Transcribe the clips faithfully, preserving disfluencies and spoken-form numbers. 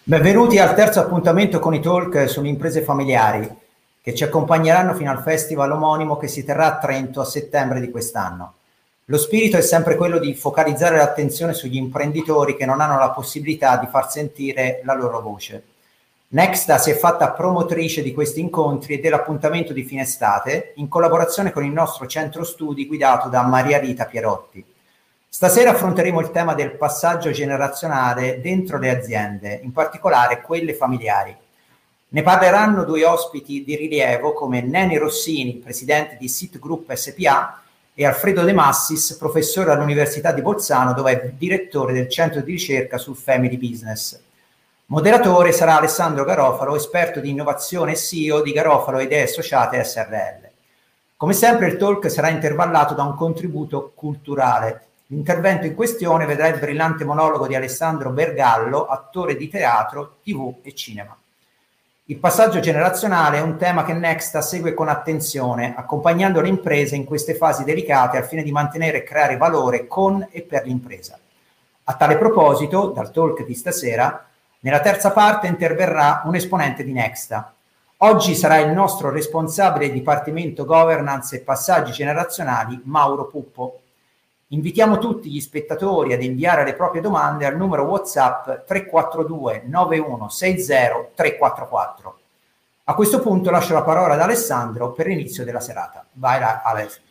Benvenuti al terzo appuntamento con i talk sulle imprese familiari che ci accompagneranno fino al festival omonimo che si terrà a Trento a settembre di quest'anno. Lo spirito è sempre quello di focalizzare l'attenzione sugli imprenditori che non hanno la possibilità di far sentire la loro voce. Nexta si è fatta promotrice di questi incontri e dell'appuntamento di fine estate in collaborazione con il nostro centro studi guidato da Maria Rita Pierotti. Stasera affronteremo il tema del passaggio generazionale dentro le aziende, in particolare quelle familiari. Ne parleranno due ospiti di rilievo come Neni Rossini, presidente di Sit Group S P A, e Alfredo De Massis, professore all'Università di Bolzano, dove è direttore del centro di ricerca sul Family Business. Moderatore sarà Alessandro Garofalo, esperto di innovazione e C E O di Garofalo e Idee Associate S R L. Come sempre il talk sarà intervallato da un contributo culturale. L'intervento in questione vedrà il brillante monologo di Alessandro Bergallo, attore di teatro, tivù e cinema. Il passaggio generazionale è un tema che Nexta segue con attenzione, accompagnando le imprese in queste fasi delicate al fine di mantenere e creare valore con e per l'impresa. A tale proposito, dal talk di stasera, nella terza parte interverrà un esponente di Nexta. Oggi sarà il nostro responsabile Dipartimento Governance e Passaggi Generazionali, Mauro Puppo. Invitiamo tutti gli spettatori ad inviare le proprie domande al numero WhatsApp tre quattro due nove uno sei zero tre quattro quattro. A questo punto lascio la parola ad Alessandro per l'inizio della serata. Vai Alessandro.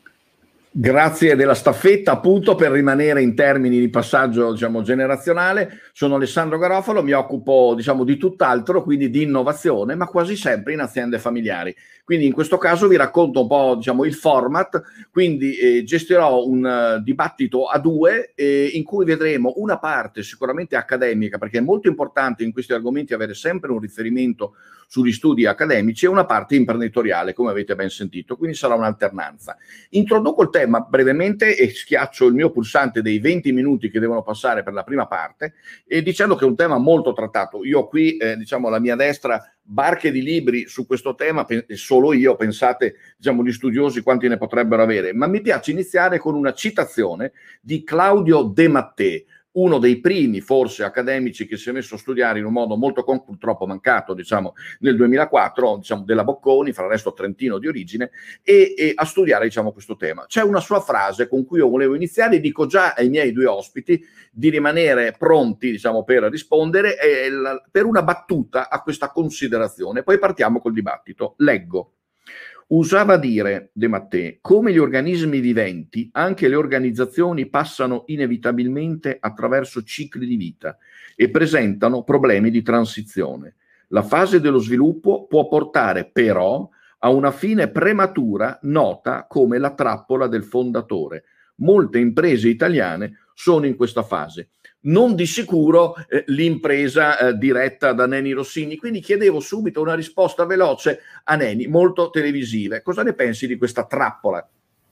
Grazie della staffetta, appunto, per rimanere in termini di passaggio, diciamo, generazionale. Sono Alessandro Garofalo, mi occupo, diciamo, di tutt'altro, quindi di innovazione, ma quasi sempre in aziende familiari. Quindi in questo caso vi racconto un po', diciamo, il format, quindi eh, gestirò un uh, dibattito a due eh, in cui vedremo una parte sicuramente accademica, perché è molto importante in questi argomenti avere sempre un riferimento sugli studi accademici, e una parte imprenditoriale, come avete ben sentito, quindi sarà un'alternanza. Introduco il tema brevemente e schiaccio il mio pulsante dei venti minuti che devono passare per la prima parte, e dicendo che è un tema molto trattato. Io ho qui, eh, diciamo, alla mia destra barche di libri su questo tema, e solo io, pensate, diciamo, gli studiosi quanti ne potrebbero avere, ma mi piace iniziare con una citazione di Claudio De Mattei, uno dei primi forse accademici che si è messo a studiare in un modo molto con, purtroppo mancato, diciamo, nel duemilaquattro, diciamo, della Bocconi, fra il resto trentino di origine, e, e a studiare, diciamo, questo tema. C'è una sua frase con cui io volevo iniziare, e dico già ai miei due ospiti di rimanere pronti, diciamo, per rispondere e la, per una battuta a questa considerazione. Poi partiamo col dibattito. Leggo. Usava dire De Mattei: come gli organismi viventi, anche le organizzazioni passano inevitabilmente attraverso cicli di vita e presentano problemi di transizione. La fase dello sviluppo può portare però a una fine prematura nota come la trappola del fondatore. Molte imprese italiane sono in questa fase. Non di sicuro eh, l'impresa eh, diretta da Neni Rossini, quindi chiedevo subito una risposta veloce a Neni, molto televisive. Cosa ne pensi di questa trappola?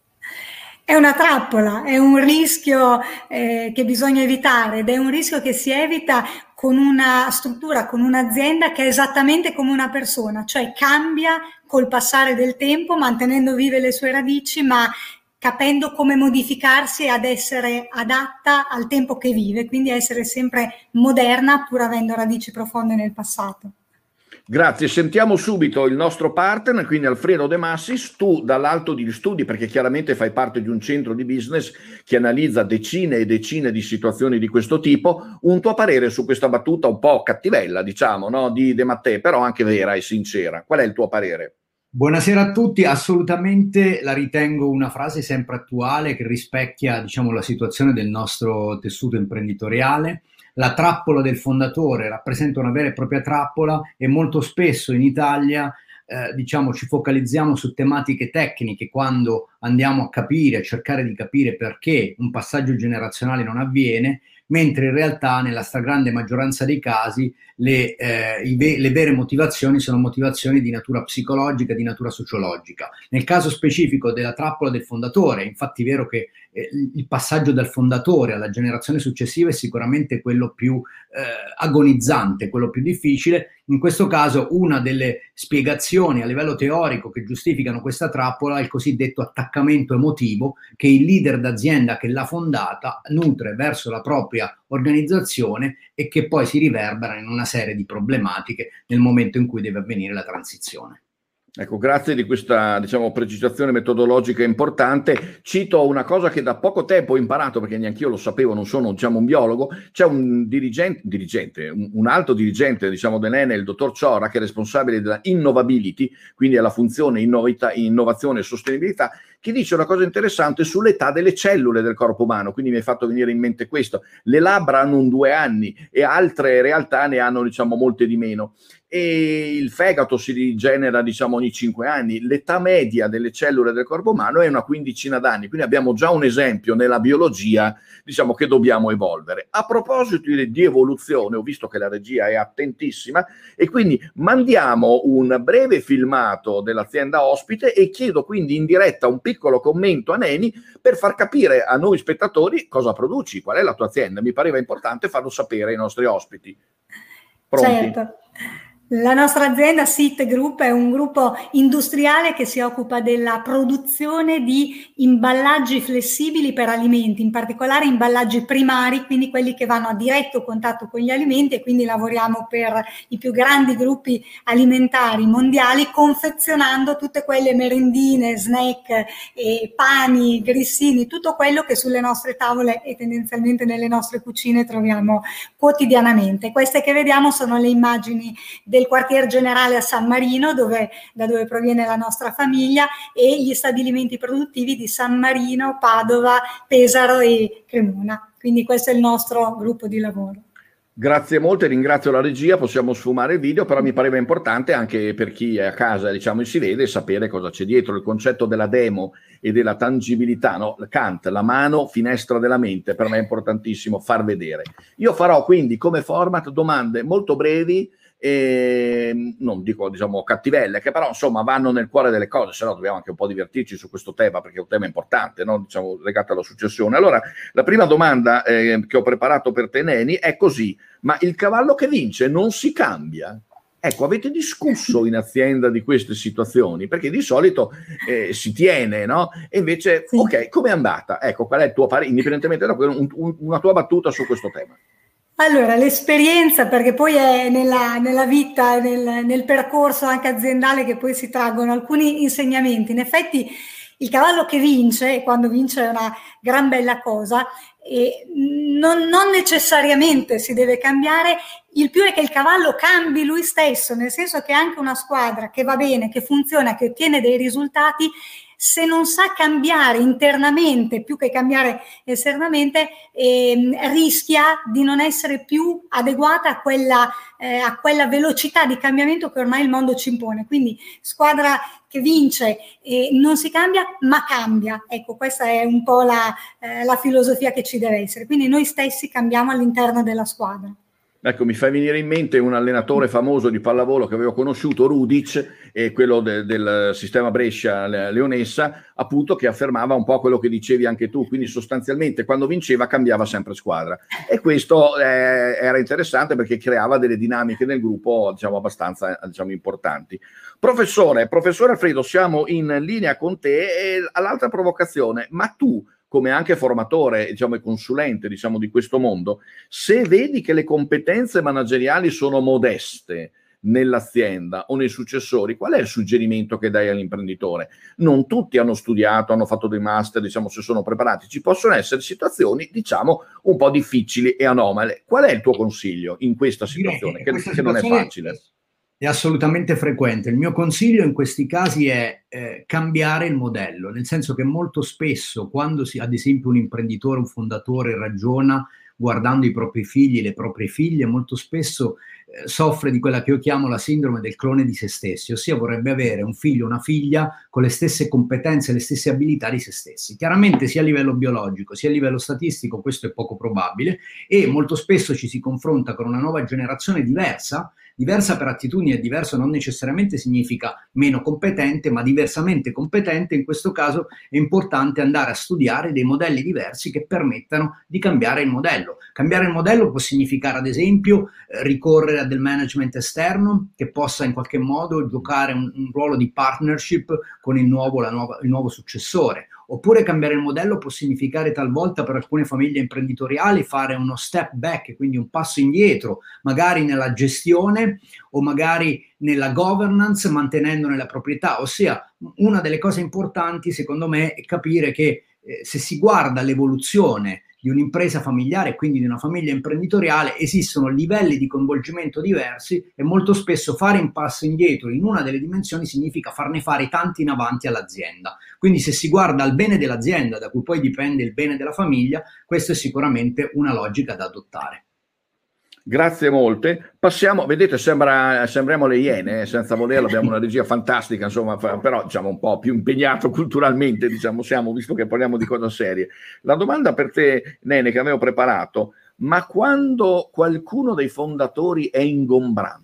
È una trappola, è un rischio eh, che bisogna evitare, ed è un rischio che si evita con una struttura, con un'azienda che è esattamente come una persona, cioè cambia col passare del tempo, mantenendo vive le sue radici, ma capendo come modificarsi ad essere adatta al tempo che vive, quindi a essere sempre moderna pur avendo radici profonde nel passato. Grazie, sentiamo subito il nostro partner, quindi Alfredo De Massis. Tu dall'alto di studi, perché chiaramente fai parte di un centro di business che analizza decine e decine di situazioni di questo tipo, un tuo parere su questa battuta un po' cattivella, diciamo, no, di De Mattei, però anche vera e sincera. Qual è il tuo parere? Buonasera a tutti, assolutamente la ritengo una frase sempre attuale che rispecchia, diciamo, la situazione del nostro tessuto imprenditoriale. La trappola del fondatore rappresenta una vera e propria trappola, e molto spesso in Italia eh, diciamo, ci focalizziamo su tematiche tecniche quando andiamo a capire, a cercare di capire perché un passaggio generazionale non avviene, mentre in realtà nella stragrande maggioranza dei casi le, eh, i ve- le vere motivazioni sono motivazioni di natura psicologica, di natura sociologica. Nel caso specifico della trappola del fondatore, è infatti vero che eh, il passaggio dal fondatore alla generazione successiva è sicuramente quello più eh, agonizzante, quello più difficile. In questo caso una delle spiegazioni a livello teorico che giustificano questa trappola è il cosiddetto attacco attaccamento emotivo che il leader d'azienda che l'ha fondata nutre verso la propria organizzazione e che poi si riverbera in una serie di problematiche nel momento in cui deve avvenire la transizione. Ecco, grazie di questa, diciamo, precisazione metodologica importante. Cito una cosa che da poco tempo ho imparato, perché neanche io lo sapevo, non sono, diciamo, un biologo. C'è un dirigente, dirigente un, un alto dirigente, diciamo, dell'Enel, il dottor Ciora, che è responsabile della innovability, quindi alla funzione innovita, innovazione e sostenibilità, che dice una cosa interessante sull'età delle cellule del corpo umano. Quindi mi hai fatto venire in mente questo. Le labbra hanno un due anni e altre realtà ne hanno, diciamo, molte di meno. E il fegato si rigenera, diciamo, ogni cinque anni. L'età media delle cellule del corpo umano è una quindicina d'anni, quindi abbiamo già un esempio nella biologia, diciamo, che dobbiamo evolvere. A proposito di, di evoluzione, ho visto che la regia è attentissima e quindi mandiamo un breve filmato dell'azienda ospite e chiedo quindi in diretta un piccolo commento a Neni per far capire a noi spettatori cosa produci, qual è la tua azienda. Mi pareva importante farlo sapere ai nostri ospiti. Pronti? Certo. La nostra azienda S I T Group è un gruppo industriale che si occupa della produzione di imballaggi flessibili per alimenti, in particolare imballaggi primari, quindi quelli che vanno a diretto contatto con gli alimenti, e quindi lavoriamo per i più grandi gruppi alimentari mondiali, confezionando tutte quelle merendine, snack, e pani, grissini, tutto quello che sulle nostre tavole e tendenzialmente nelle nostre cucine troviamo quotidianamente. Queste che vediamo sono le immagini del quartier generale a San Marino, dove, da dove proviene la nostra famiglia, e gli stabilimenti produttivi di San Marino, Padova, Pesaro e Cremona. Quindi questo è il nostro gruppo di lavoro. Grazie molte, ringrazio la regia, possiamo sfumare il video, però mi pareva importante anche per chi è a casa, diciamo, e si vede, sapere cosa c'è dietro, il concetto della demo e della tangibilità, no? Kant, la mano, finestra della mente, per me è importantissimo far vedere. Io farò quindi come format domande molto brevi, e non dico, diciamo, cattivelle, che però insomma vanno nel cuore delle cose, se no dobbiamo anche un po' divertirci su questo tema, perché è un tema importante, no? Diciamo, legato alla successione. Allora, la prima domanda eh, che ho preparato per te, Neni, è così: ma il cavallo che vince non si cambia? Ecco, avete discusso in azienda di queste situazioni? Perché di solito eh, si tiene, no? E invece, sì. Ok, com'è andata? Ecco, qual è il tuo parere, indipendentemente da quello, un, un, una tua battuta su questo tema? Allora, l'esperienza, perché poi è nella, nella vita, nel, nel percorso anche aziendale che poi si traggono alcuni insegnamenti. In effetti il cavallo che vince, e quando vince è una gran bella cosa, e non, non necessariamente si deve cambiare, il più è che il cavallo cambi lui stesso, nel senso che anche una squadra che va bene, che funziona, che ottiene dei risultati, se non sa cambiare internamente più che cambiare esternamente, eh, rischia di non essere più adeguata a quella, eh, a quella velocità di cambiamento che ormai il mondo ci impone. Quindi squadra che vince eh, non si cambia, ma cambia. Ecco, questa è un po' la, eh, la filosofia che ci deve essere. Quindi noi stessi cambiamo all'interno della squadra. Ecco, mi fa venire in mente un allenatore famoso di pallavolo che avevo conosciuto, Rudic, e quello de, del sistema Brescia-Leonessa, appunto, che affermava un po' quello che dicevi anche tu, quindi sostanzialmente quando vinceva cambiava sempre squadra. E questo eh, era interessante perché creava delle dinamiche nel gruppo, diciamo, abbastanza, diciamo, importanti. Professore, professore Alfredo, siamo in linea con te, e all'altra provocazione, ma tu, come anche formatore, diciamo, e consulente, diciamo, di questo mondo, se vedi che le competenze manageriali sono modeste nell'azienda o nei successori, qual è il suggerimento che dai all'imprenditore? Non tutti hanno studiato, hanno fatto dei master, diciamo, se sono preparati. Ci possono essere situazioni, diciamo, un po' difficili e anomale. Qual è il tuo consiglio in questa situazione, che, questa che situazione non è facile? È assolutamente frequente. Il mio consiglio in questi casi è eh, cambiare il modello, nel senso che molto spesso quando si, ad esempio un imprenditore, un fondatore ragiona guardando i propri figli, le proprie figlie, molto spesso eh, soffre di quella che io chiamo la sindrome del clone di se stessi, ossia vorrebbe avere un figlio o una figlia con le stesse competenze, le stesse abilità di se stessi. Chiaramente sia a livello biologico sia a livello statistico questo è poco probabile, e molto spesso ci si confronta con una nuova generazione diversa, Diversa per attitudine, diverso non necessariamente significa meno competente, ma diversamente competente. In questo caso è importante andare a studiare dei modelli diversi che permettano di cambiare il modello. Cambiare il modello può significare, ad esempio, eh, ricorrere a del management esterno che possa in qualche modo giocare un, un ruolo di partnership con il nuovo, la nuova, il nuovo successore. Oppure cambiare il modello può significare talvolta per alcune famiglie imprenditoriali fare uno step back, quindi un passo indietro, magari nella gestione o magari nella governance, mantenendone la proprietà. Ossia, una delle cose importanti secondo me è capire che eh, se si guarda l'evoluzione di un'impresa familiare, quindi di una famiglia imprenditoriale, esistono livelli di coinvolgimento diversi e molto spesso fare un passo indietro in una delle dimensioni significa farne fare tanti in avanti all'azienda. Quindi se si guarda al bene dell'azienda, da cui poi dipende il bene della famiglia, questa è sicuramente una logica da adottare. Grazie molte. Passiamo, vedete, sembra, sembriamo le Iene, eh, senza volerlo, abbiamo una regia fantastica, insomma, però diciamo un po' più impegnato culturalmente, diciamo, siamo, visto che parliamo di cose serie. La domanda per te, Nene, che avevo preparato, ma quando qualcuno dei fondatori è ingombrante,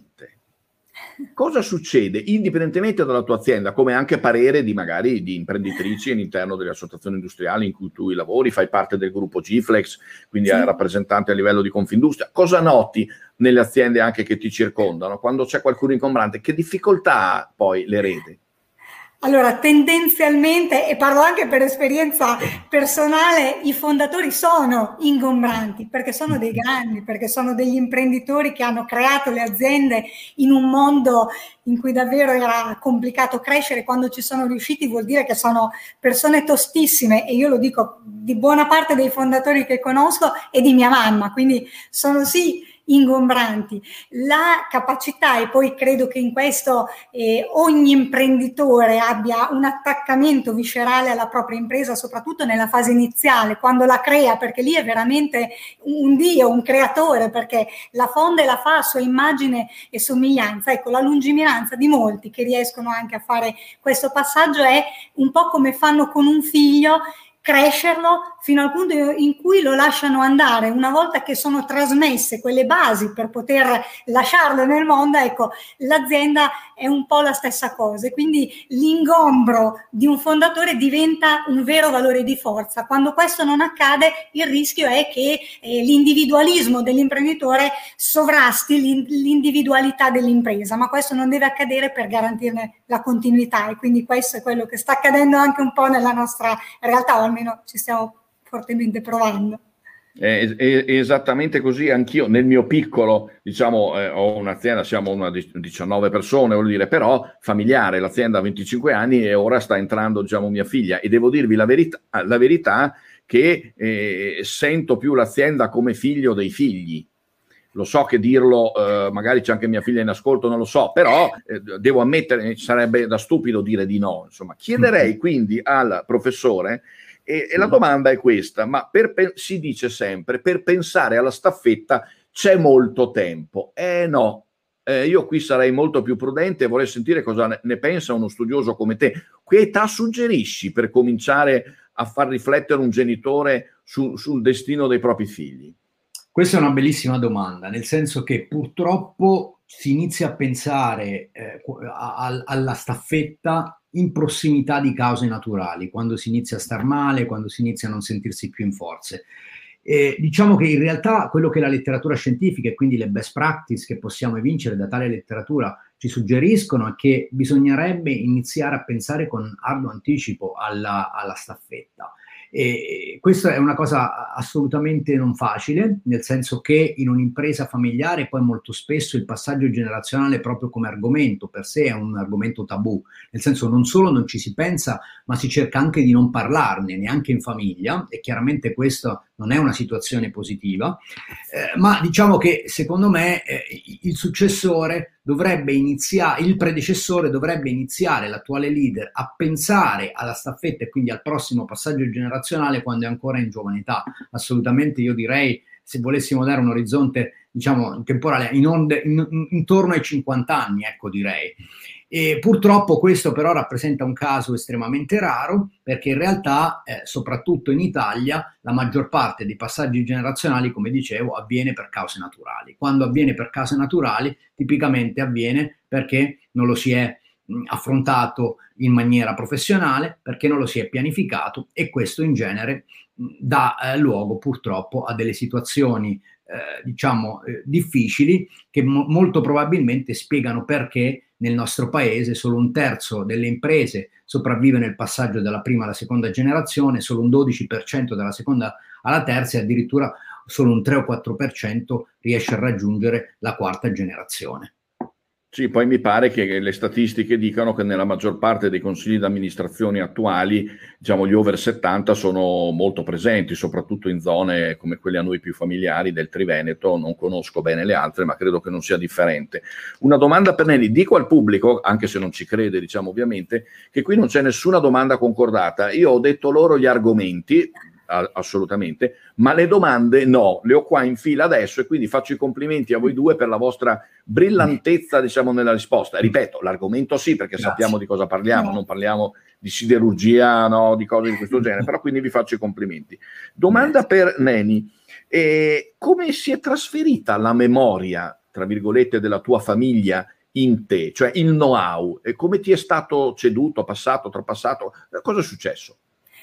cosa succede indipendentemente dalla tua azienda, come anche parere di magari di imprenditrici all'interno delle associazioni industriali in cui tu lavori, fai parte del gruppo G-Flex, quindi sì, rappresentante a livello di Confindustria, cosa noti nelle aziende anche che ti circondano quando c'è qualcuno ingombrante? Che difficoltà ha poi l'erede? Allora, tendenzialmente, e parlo anche per esperienza personale, i fondatori sono ingombranti perché sono dei grandi, perché sono degli imprenditori che hanno creato le aziende in un mondo in cui davvero era complicato crescere. Quando ci sono riusciti vuol dire che sono persone tostissime, e io lo dico di buona parte dei fondatori che conosco e di mia mamma, quindi sono sì ingombranti. La capacità, e poi credo che in questo eh, ogni imprenditore abbia un attaccamento viscerale alla propria impresa, soprattutto nella fase iniziale, quando la crea, perché lì è veramente un dio, un creatore, perché la fonda e la fa a sua immagine e somiglianza. Ecco, la lungimiranza di molti che riescono anche a fare questo passaggio è un po' come fanno con un figlio, crescerlo fino al punto in cui lo lasciano andare. Una volta che sono trasmesse quelle basi per poter lasciarlo nel mondo, ecco, l'azienda è un po' la stessa cosa. E quindi l'ingombro di un fondatore diventa un vero valore di forza. Quando questo non accade, il rischio è che eh, l'individualismo dell'imprenditore sovrasti l'individualità dell'impresa, ma questo non deve accadere per garantirne la continuità, e quindi questo è quello che sta accadendo anche un po' nella nostra realtà, o almeno ci stiamo fortemente provando. È, è, è esattamente così. Anch'io nel mio piccolo, diciamo, eh, ho un'azienda, siamo una diciannove persone, vuol dire, però familiare, l'azienda ha venticinque anni e ora sta entrando, diciamo, mia figlia, e devo dirvi la verità, la verità che eh, sento più l'azienda come figlio dei figli. Lo so che dirlo, eh, magari c'è anche mia figlia in ascolto, non lo so, però eh, devo ammettere, sarebbe da stupido dire di no. Insomma, chiederei quindi al professore, e, e la domanda è questa, ma per, si dice sempre, per pensare alla staffetta c'è molto tempo. Eh no, eh, io qui sarei molto più prudente e vorrei sentire cosa ne, ne pensa uno studioso come te. Che età suggerisci per cominciare a far riflettere un genitore su, sul destino dei propri figli? Questa è una bellissima domanda, nel senso che purtroppo si inizia a pensare eh, a, a, alla staffetta in prossimità di cause naturali, quando si inizia a star male, quando si inizia a non sentirsi più in forze. E diciamo che in realtà quello che la letteratura scientifica e quindi le best practice che possiamo evincere da tale letteratura ci suggeriscono è che bisognerebbe iniziare a pensare con arduo anticipo alla, alla staffetta. E questa è una cosa assolutamente non facile, nel senso che in un'impresa familiare poi molto spesso il passaggio generazionale proprio come argomento per sé è un argomento tabù, nel senso non solo non ci si pensa, ma si cerca anche di non parlarne, neanche in famiglia, e chiaramente questa non è una situazione positiva, eh, ma diciamo che secondo me eh, il successore dovrebbe iniziare, il predecessore dovrebbe iniziare, l'attuale leader, a pensare alla staffetta e quindi al prossimo passaggio generazionale quando è ancora in giovane età. Assolutamente, io direi, se volessimo dare un orizzonte, diciamo, temporale, in onde, in, in, intorno ai cinquanta anni, ecco, direi. E purtroppo questo però rappresenta un caso estremamente raro, perché in realtà, eh, soprattutto in Italia, la maggior parte dei passaggi generazionali, come dicevo, avviene per cause naturali. Quando avviene per cause naturali, tipicamente avviene perché non lo si è mh, affrontato in maniera professionale, perché non lo si è pianificato, e questo in genere mh, dà eh, luogo purtroppo a delle situazioni eh, diciamo eh, difficili, che mo- molto probabilmente spiegano perché nel nostro paese solo un terzo delle imprese sopravvive nel passaggio dalla prima alla seconda generazione, solo un dodici per cento dalla seconda alla terza, e addirittura solo un tre o quattro per cento riesce a raggiungere la quarta generazione. Sì, poi mi pare che le statistiche dicano che nella maggior parte dei consigli di amministrazione attuali, diciamo, gli over settanta sono molto presenti, soprattutto in zone come quelle a noi più familiari del Triveneto. Non conosco bene le altre, ma credo che non sia differente. Una domanda per Nelly. Dico al pubblico, anche se non ci crede, diciamo, ovviamente, che qui non c'è nessuna domanda concordata. Io ho detto loro gli argomenti, assolutamente, ma le domande no, le ho qua in fila adesso, e quindi faccio i complimenti a voi due per la vostra brillantezza, diciamo, nella risposta. Ripeto, l'argomento sì, perché Grazie. Sappiamo di cosa parliamo, non parliamo di siderurgia, no, di cose di questo genere, però quindi vi faccio i complimenti. Domanda per Neni: eh, come si è trasferita la memoria, tra virgolette, della tua famiglia in te, cioè il know-how, e come ti è stato ceduto, passato, trapassato, cosa è successo?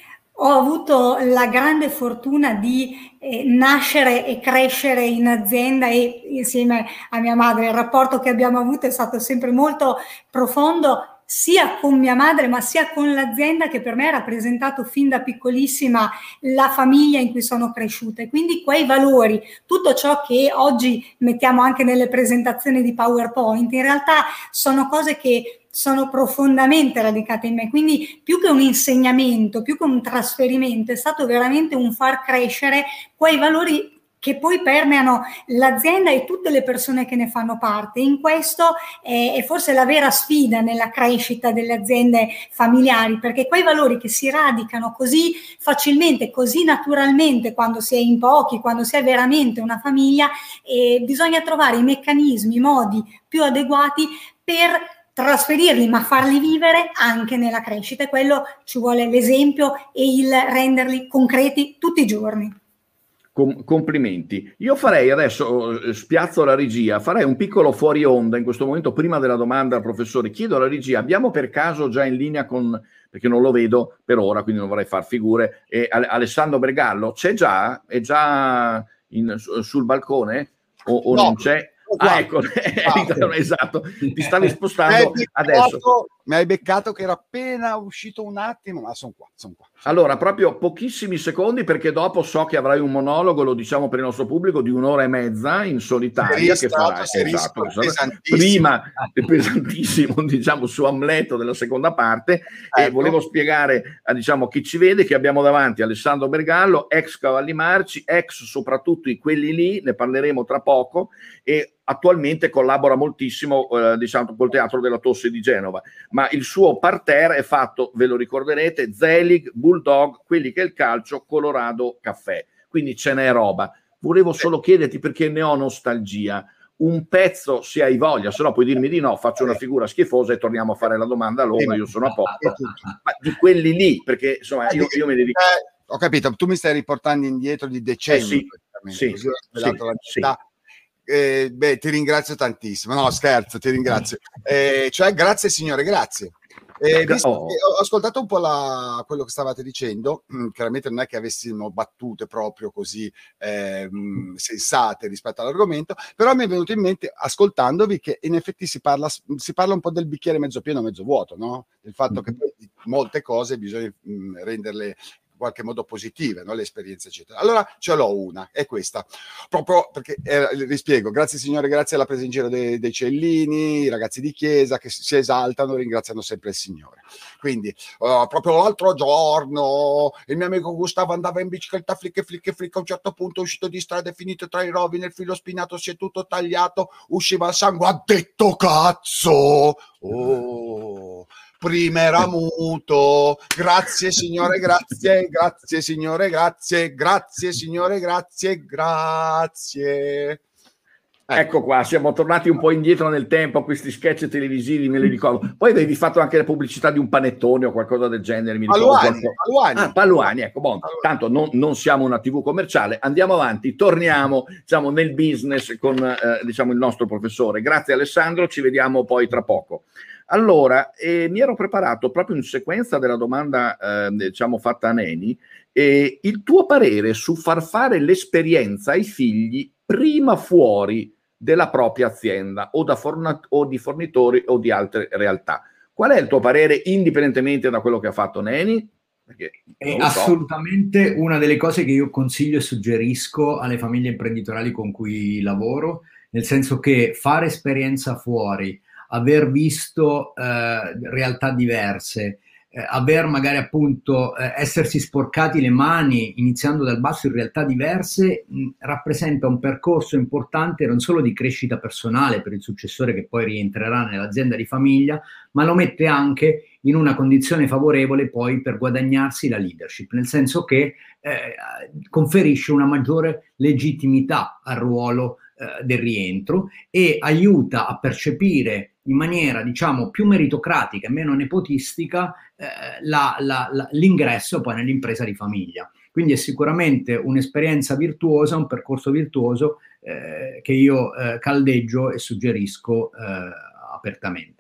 Ho avuto la grande fortuna di eh, nascere e crescere in azienda, e insieme a mia madre il rapporto che abbiamo avuto è stato sempre molto profondo, sia con mia madre ma sia con l'azienda, che per me ha rappresentato fin da piccolissima la famiglia in cui sono cresciuta. E quindi quei valori, tutto ciò che oggi mettiamo anche nelle presentazioni di PowerPoint, in realtà sono cose che sono profondamente radicate in me. Quindi più che un insegnamento, più che un trasferimento, è stato veramente un far crescere quei valori che poi permeano l'azienda e tutte le persone che ne fanno parte. In questo è, è forse la vera sfida nella crescita delle aziende familiari, perché quei valori che si radicano così facilmente, così naturalmente quando si è in pochi, quando si è veramente una famiglia, eh, bisogna trovare i meccanismi, i modi più adeguati per trasferirli, ma farli vivere anche nella crescita. E quello ci vuole l'esempio e il renderli concreti tutti i giorni. Com- complimenti. Io farei adesso, eh, spiazzo la regia, farei un piccolo fuori onda in questo momento, prima della domanda al professore. Chiedo alla regia: abbiamo per caso già in linea con, perché non lo vedo per ora, quindi non vorrei far figure, e Alessandro Bergallo c'è già? È già in, sul balcone? O, o no, non c'è? Ah, ecco, ah, esatto, ti stavi spostando mi adesso. Mi hai beccato che era appena uscito un attimo, ma sono qua, sono qua. Allora, proprio pochissimi secondi, perché dopo so che avrai un monologo, lo diciamo per il nostro pubblico, di un'ora e mezza in solitaria, che farai, esatto, prima, è pesantissimo, diciamo, su Amleto della seconda parte, ecco. E volevo spiegare a, diciamo, chi ci vede, che abbiamo davanti Alessandro Bergallo, ex Cavalli Marci, ex soprattutto i quelli lì, ne parleremo tra poco, e attualmente collabora moltissimo, eh, diciamo, col Teatro della Tosse di Genova, ma il suo parterre è fatto, ve lo ricorderete, Zelig, Bulldog, Quelli che è il calcio, Colorado, Caffè, quindi ce n'è roba. Volevo solo chiederti, perché ne ho nostalgia, un pezzo se hai voglia, se no puoi dirmi di no, faccio una figura schifosa e torniamo a fare la domanda a loro, io sono a posto, ma di quelli lì, perché insomma io, io me ne dico... Eh, ho capito, tu mi stai riportando indietro di decenni. Eh sì, sì, sì, sì. Eh, beh, ti ringrazio tantissimo. No, scherzo, ti ringrazio. Eh, cioè, grazie signore, grazie. Eh, visto oh. che ho ascoltato un po' la, quello che stavate dicendo, chiaramente non è che avessimo battute proprio così eh, sensate rispetto all'argomento, però mi è venuto in mente, ascoltandovi, che in effetti si parla, si parla un po' del bicchiere mezzo pieno, mezzo vuoto, no? Del fatto che poi molte cose bisogna mh, renderle in qualche modo positive, no? Le esperienze eccetera. Allora ce l'ho una, è questa, proprio perché eh, vi spiego. Grazie signore, grazie alla presa in giro dei, dei Cellini, i ragazzi di chiesa che si esaltano, ringraziano sempre il Signore. Quindi uh, proprio l'altro giorno il mio amico Gustavo andava in bicicletta, flicche flicche flicche, a un certo punto è uscito di strada, è finito tra i rovi, nel filo spinato si è tutto tagliato, usciva il sangue, ha detto cazzo, oh, prima era muto, grazie signore, grazie, grazie signore, grazie, grazie signore, grazie, grazie. Ecco qua, siamo tornati un po' indietro nel tempo a questi sketch televisivi, me li ricordo. Poi avevi fatto anche la pubblicità di un panettone o qualcosa del genere, mi ricordo. Paluani, Paluani. Ah, Paluani, ecco, bon. Paluani. Tanto non, non siamo una tivù commerciale, andiamo avanti, torniamo diciamo, nel business con eh, diciamo, il nostro professore. Grazie Alessandro, ci vediamo poi tra poco. Allora, eh, mi ero preparato proprio in sequenza della domanda eh, diciamo, fatta a Neni, eh, il tuo parere su far fare l'esperienza ai figli prima fuori della propria azienda o, da forna- o di fornitori o di altre realtà. Qual è il tuo parere indipendentemente da quello che ha fatto Neni? Perché È so. assolutamente una delle cose che io consiglio e suggerisco alle famiglie imprenditoriali con cui lavoro, nel senso che fare esperienza fuori, aver visto eh, realtà diverse, eh, aver magari appunto eh, essersi sporcati le mani iniziando dal basso in realtà diverse mh, rappresenta un percorso importante non solo di crescita personale per il successore che poi rientrerà nell'azienda di famiglia, ma lo mette anche in una condizione favorevole poi per guadagnarsi la leadership, nel senso che eh, conferisce una maggiore legittimità al ruolo eh, del rientro e aiuta a percepire in maniera diciamo più meritocratica e meno nepotistica eh, la, la, la, l'ingresso poi nell'impresa di famiglia. Quindi è sicuramente un'esperienza virtuosa, un percorso virtuoso eh, che io eh, caldeggio e suggerisco eh, apertamente.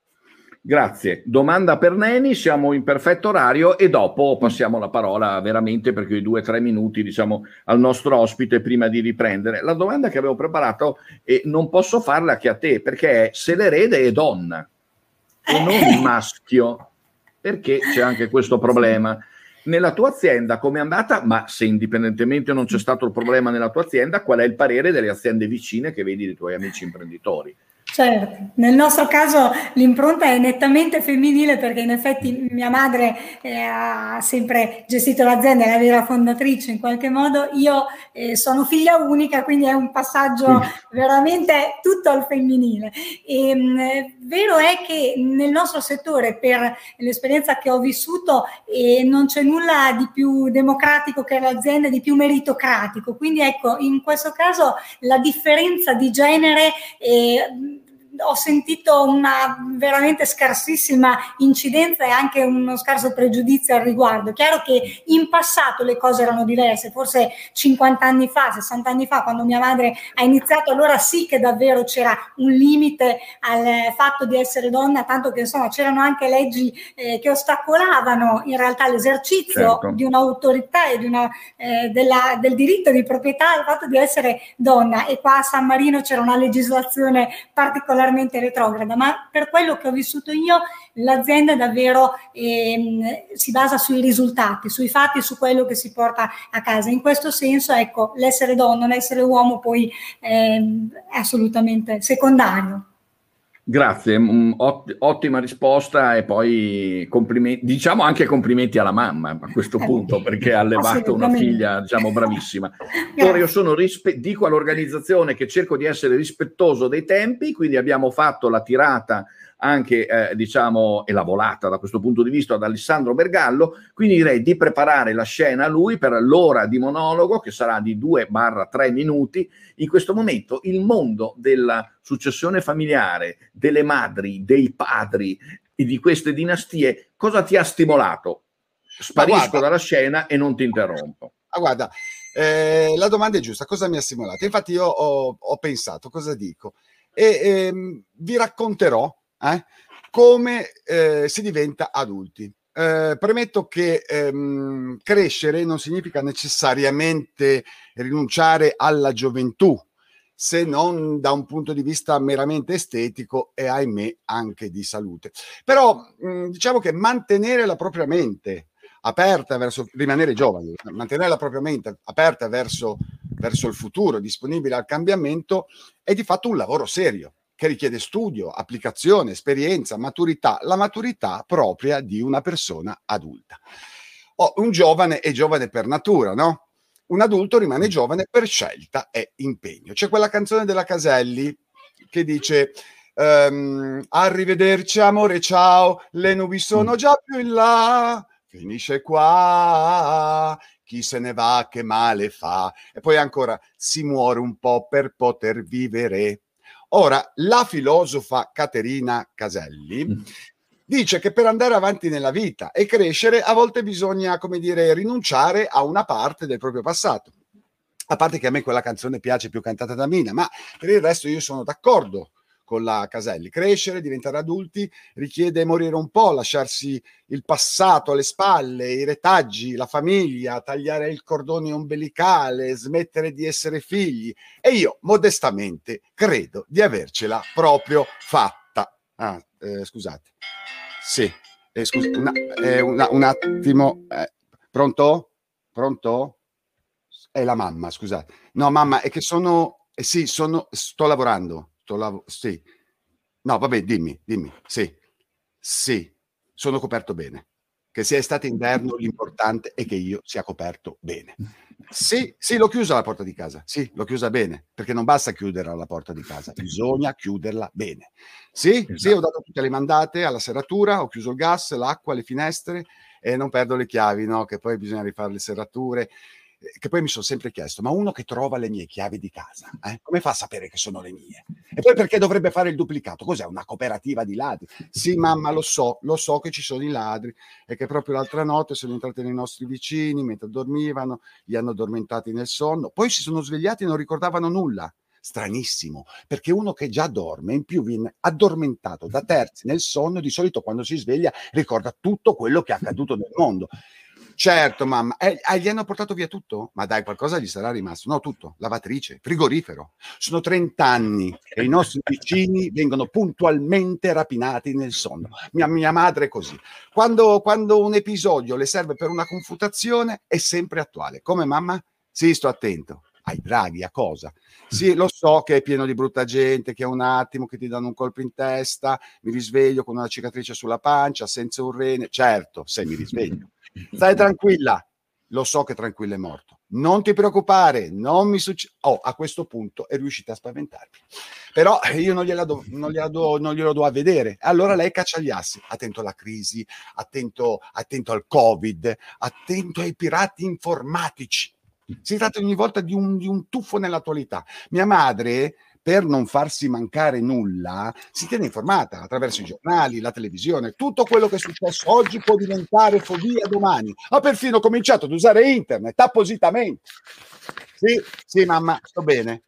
Grazie. Domanda per Neni, siamo in perfetto orario e dopo passiamo la parola veramente per quei due o tre minuti diciamo al nostro ospite prima di riprendere. La domanda che avevo preparato e non posso farla che a te perché è se l'erede è donna e non maschio, perché c'è anche questo problema. Nella tua azienda come è andata? Ma se indipendentemente non c'è stato il problema nella tua azienda, qual è il parere delle aziende vicine che vedi dei tuoi amici imprenditori? Certo, nel nostro caso l'impronta è nettamente femminile perché in effetti mia madre eh, ha sempre gestito l'azienda, è la vera fondatrice in qualche modo, io eh, sono figlia unica, quindi è un passaggio veramente tutto al femminile. E, mh, vero è che nel nostro settore, per l'esperienza che ho vissuto, eh, non c'è nulla di più democratico che l'azienda, di più meritocratico, quindi ecco, in questo caso la differenza di genere eh, ho sentito una veramente scarsissima incidenza e anche uno scarso pregiudizio al riguardo. È chiaro che in passato le cose erano diverse, forse cinquanta anni fa, sessanta anni fa, quando mia madre ha iniziato, allora sì che davvero c'era un limite al fatto di essere donna, tanto che insomma c'erano anche leggi eh, che ostacolavano in realtà l'esercizio certo. di un'autorità e di una, eh, della, del diritto di proprietà al fatto di essere donna, e qua a San Marino c'era una legislazione particolarmente retrograda, ma per quello che ho vissuto io l'azienda davvero ehm, si basa sui risultati, sui fatti, su quello che si porta a casa. In questo senso ecco, l'essere donna, l'essere uomo poi ehm, è assolutamente secondario. Grazie, Ott- ottima risposta e poi complimenti, diciamo anche complimenti alla mamma a questo eh, punto perché ha allevato una figlia diciamo bravissima. Ora io sono rispe- dico all'organizzazione che cerco di essere rispettoso dei tempi, quindi abbiamo fatto la tirata anche eh, diciamo e la volata da questo punto di vista ad Alessandro Bergallo, quindi direi di preparare la scena a lui per l'ora di monologo che sarà di due tre minuti. In questo momento il mondo della successione familiare, delle madri, dei padri e di queste dinastie, cosa ti ha stimolato? Sparisco guarda, dalla scena e non ti interrompo. Ah, guarda, eh, la domanda è giusta, cosa mi ha stimolato? Infatti io ho, ho pensato, cosa dico? E ehm, vi racconterò Eh? come eh, si diventa adulti. Eh, premetto che ehm, crescere non significa necessariamente rinunciare alla gioventù, se non da un punto di vista meramente estetico e ahimè anche di salute. Però mh, diciamo che mantenere la propria mente aperta verso, rimanere giovani, mantenere la propria mente aperta verso, verso il futuro, disponibile al cambiamento, è di fatto un lavoro serio, che richiede studio, applicazione, esperienza, maturità, la maturità propria di una persona adulta. Oh, un giovane è giovane per natura, no? Un adulto rimane giovane per scelta e impegno. C'è quella canzone della Caselli che dice ehm, arrivederci amore, ciao, le nubi sono già più in là, finisce qua, chi se ne va che male fa, e poi ancora si muore un po' per poter vivere. Ora, la filosofa Caterina Caselli mm. dice che per andare avanti nella vita e crescere a volte bisogna, come dire, rinunciare a una parte del proprio passato. A parte che a me quella canzone piace più cantata da Mina, ma per il resto io sono d'accordo con la Caselli. Crescere, diventare adulti richiede morire un po', lasciarsi il passato alle spalle, i retaggi, la famiglia, tagliare il cordone ombelicale, smettere di essere figli. E io, modestamente, credo di avercela proprio fatta. Ah, eh, scusate. Sì, eh, scusa, una, eh, una, un attimo. Eh, pronto? Pronto? È la mamma, scusate. No, mamma, è che sono... Eh, sì, sono... sto lavorando. Sto lav- sì. No, vabbè, dimmi, dimmi. Sì, sì, sono coperto bene. Che sia estate inverno, l'importante è che io sia coperto bene. Sì, sì, l'ho chiusa la porta di casa. Sì, l'ho chiusa bene, perché non basta chiuderla la porta di casa, bisogna chiuderla bene. Sì, esatto. Sì, ho dato tutte le mandate alla serratura, ho chiuso il gas, l'acqua, le finestre e non perdo le chiavi, no? Che poi bisogna rifare le serrature. Che poi mi sono sempre chiesto, ma uno che trova le mie chiavi di casa, eh, come fa a sapere che sono le mie? E poi perché dovrebbe fare il duplicato? Cos'è, una cooperativa di ladri? Sì, mamma, lo so, lo so che ci sono i ladri e che proprio l'altra notte sono entrati nei nostri vicini mentre dormivano, li hanno addormentati nel sonno, poi si sono svegliati e non ricordavano nulla. Stranissimo, perché uno che già dorme in più viene addormentato da terzi nel sonno, di solito quando si sveglia ricorda tutto quello che è accaduto nel mondo. Certo, mamma, eh, gli hanno portato via tutto? Ma dai, qualcosa gli sarà rimasto. No, tutto, lavatrice, frigorifero. Sono trent'anni che i nostri vicini vengono puntualmente rapinati nel sonno. Mia, mia madre è così. Quando, quando un episodio le serve per una confutazione è sempre attuale. Come mamma? Sì, sto attento. Ai draghi, a cosa? Sì, lo so che è pieno di brutta gente, che è un attimo che ti danno un colpo in testa, mi risveglio con una cicatrice sulla pancia, senza un rene. Certo, se mi risveglio. Stai tranquilla, lo so che tranquillo è morto. Non ti preoccupare, non mi succede. Oh, a questo punto è riuscita a spaventarmi. Però io non gliela do, non gliela do, non glielo do a vedere. Allora lei caccia gli assi. Attento alla crisi, attento, attento al Covid, attento ai pirati informatici. Si tratta ogni volta di un, di un tuffo nell'attualità. Mia madre, per non farsi mancare nulla, si tiene informata attraverso i giornali, la televisione. Tutto quello che è successo oggi può diventare fobia domani. Ha perfino cominciato ad usare internet appositamente. Sì, sì, mamma, sto bene.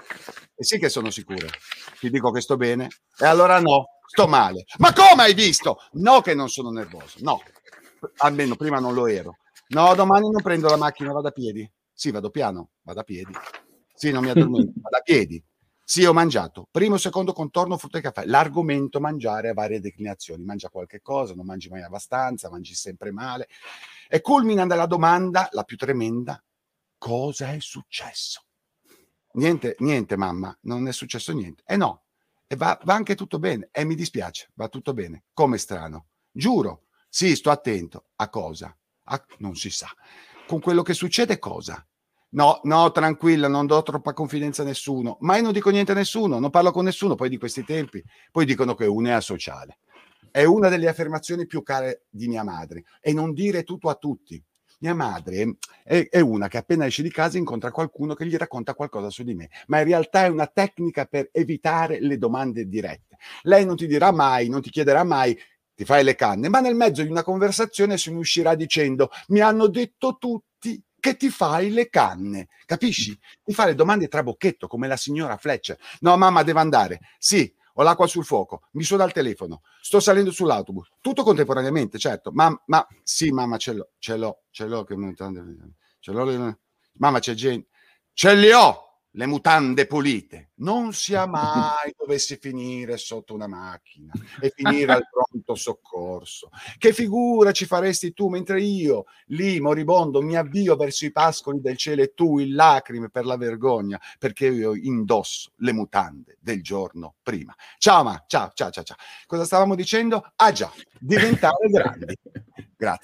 E sì che sono sicura. Ti dico che sto bene. E allora no, sto male. Ma come hai visto? No che non sono nervoso, no. Almeno prima non lo ero. No, domani non prendo la macchina, vado a piedi. Sì, vado piano, vado a piedi. Sì, non mi addormento, vado a piedi. Sì, ho mangiato. Primo, secondo contorno, frutta e caffè. L'argomento mangiare ha varie declinazioni. Mangia qualche cosa, non mangi mai abbastanza, mangi sempre male. E culmina nella domanda, la più tremenda, cosa è successo? Niente, niente, mamma, non è successo niente. E no, e va, va anche tutto bene. E mi dispiace, va tutto bene. Come strano. Giuro, sì, sto attento. A cosa? A... Non si sa. Con quello che succede cosa? No, no, tranquilla, non do troppa confidenza a nessuno. Ma io non dico niente a nessuno, non parlo con nessuno, poi di questi tempi. Poi dicono che uno è asociale. È una delle affermazioni più care di mia madre. E non dire tutto a tutti. Mia madre è, è una che appena esce di casa incontra qualcuno che gli racconta qualcosa su di me. Ma in realtà è una tecnica per evitare le domande dirette. Lei non ti dirà mai, non ti chiederà mai ti fai le canne, ma nel mezzo di una conversazione se ne uscirà dicendo mi hanno detto tutti che ti fai le canne, capisci? Ti fa le domande trabocchetto come la signora Fletcher. No mamma, devo andare. Sì, ho l'acqua sul fuoco, mi suona il telefono, sto salendo sull'autobus, tutto contemporaneamente, certo. Ma, ma sì mamma, ce l'ho, ce l'ho, ce l'ho che ce l'ho, mamma c'è gente, ce li ho le mutande pulite. Non sia mai dovessi finire sotto una macchina e finire al pronto soccorso. Che figura ci faresti tu mentre io, lì moribondo, mi avvio verso i pascoli del cielo e tu in lacrime per la vergogna, perché io indosso le mutande del giorno prima. Ciao ma, ciao, ciao, ciao, ciao. Cosa stavamo dicendo? Ah già, diventare grandi. Grazie.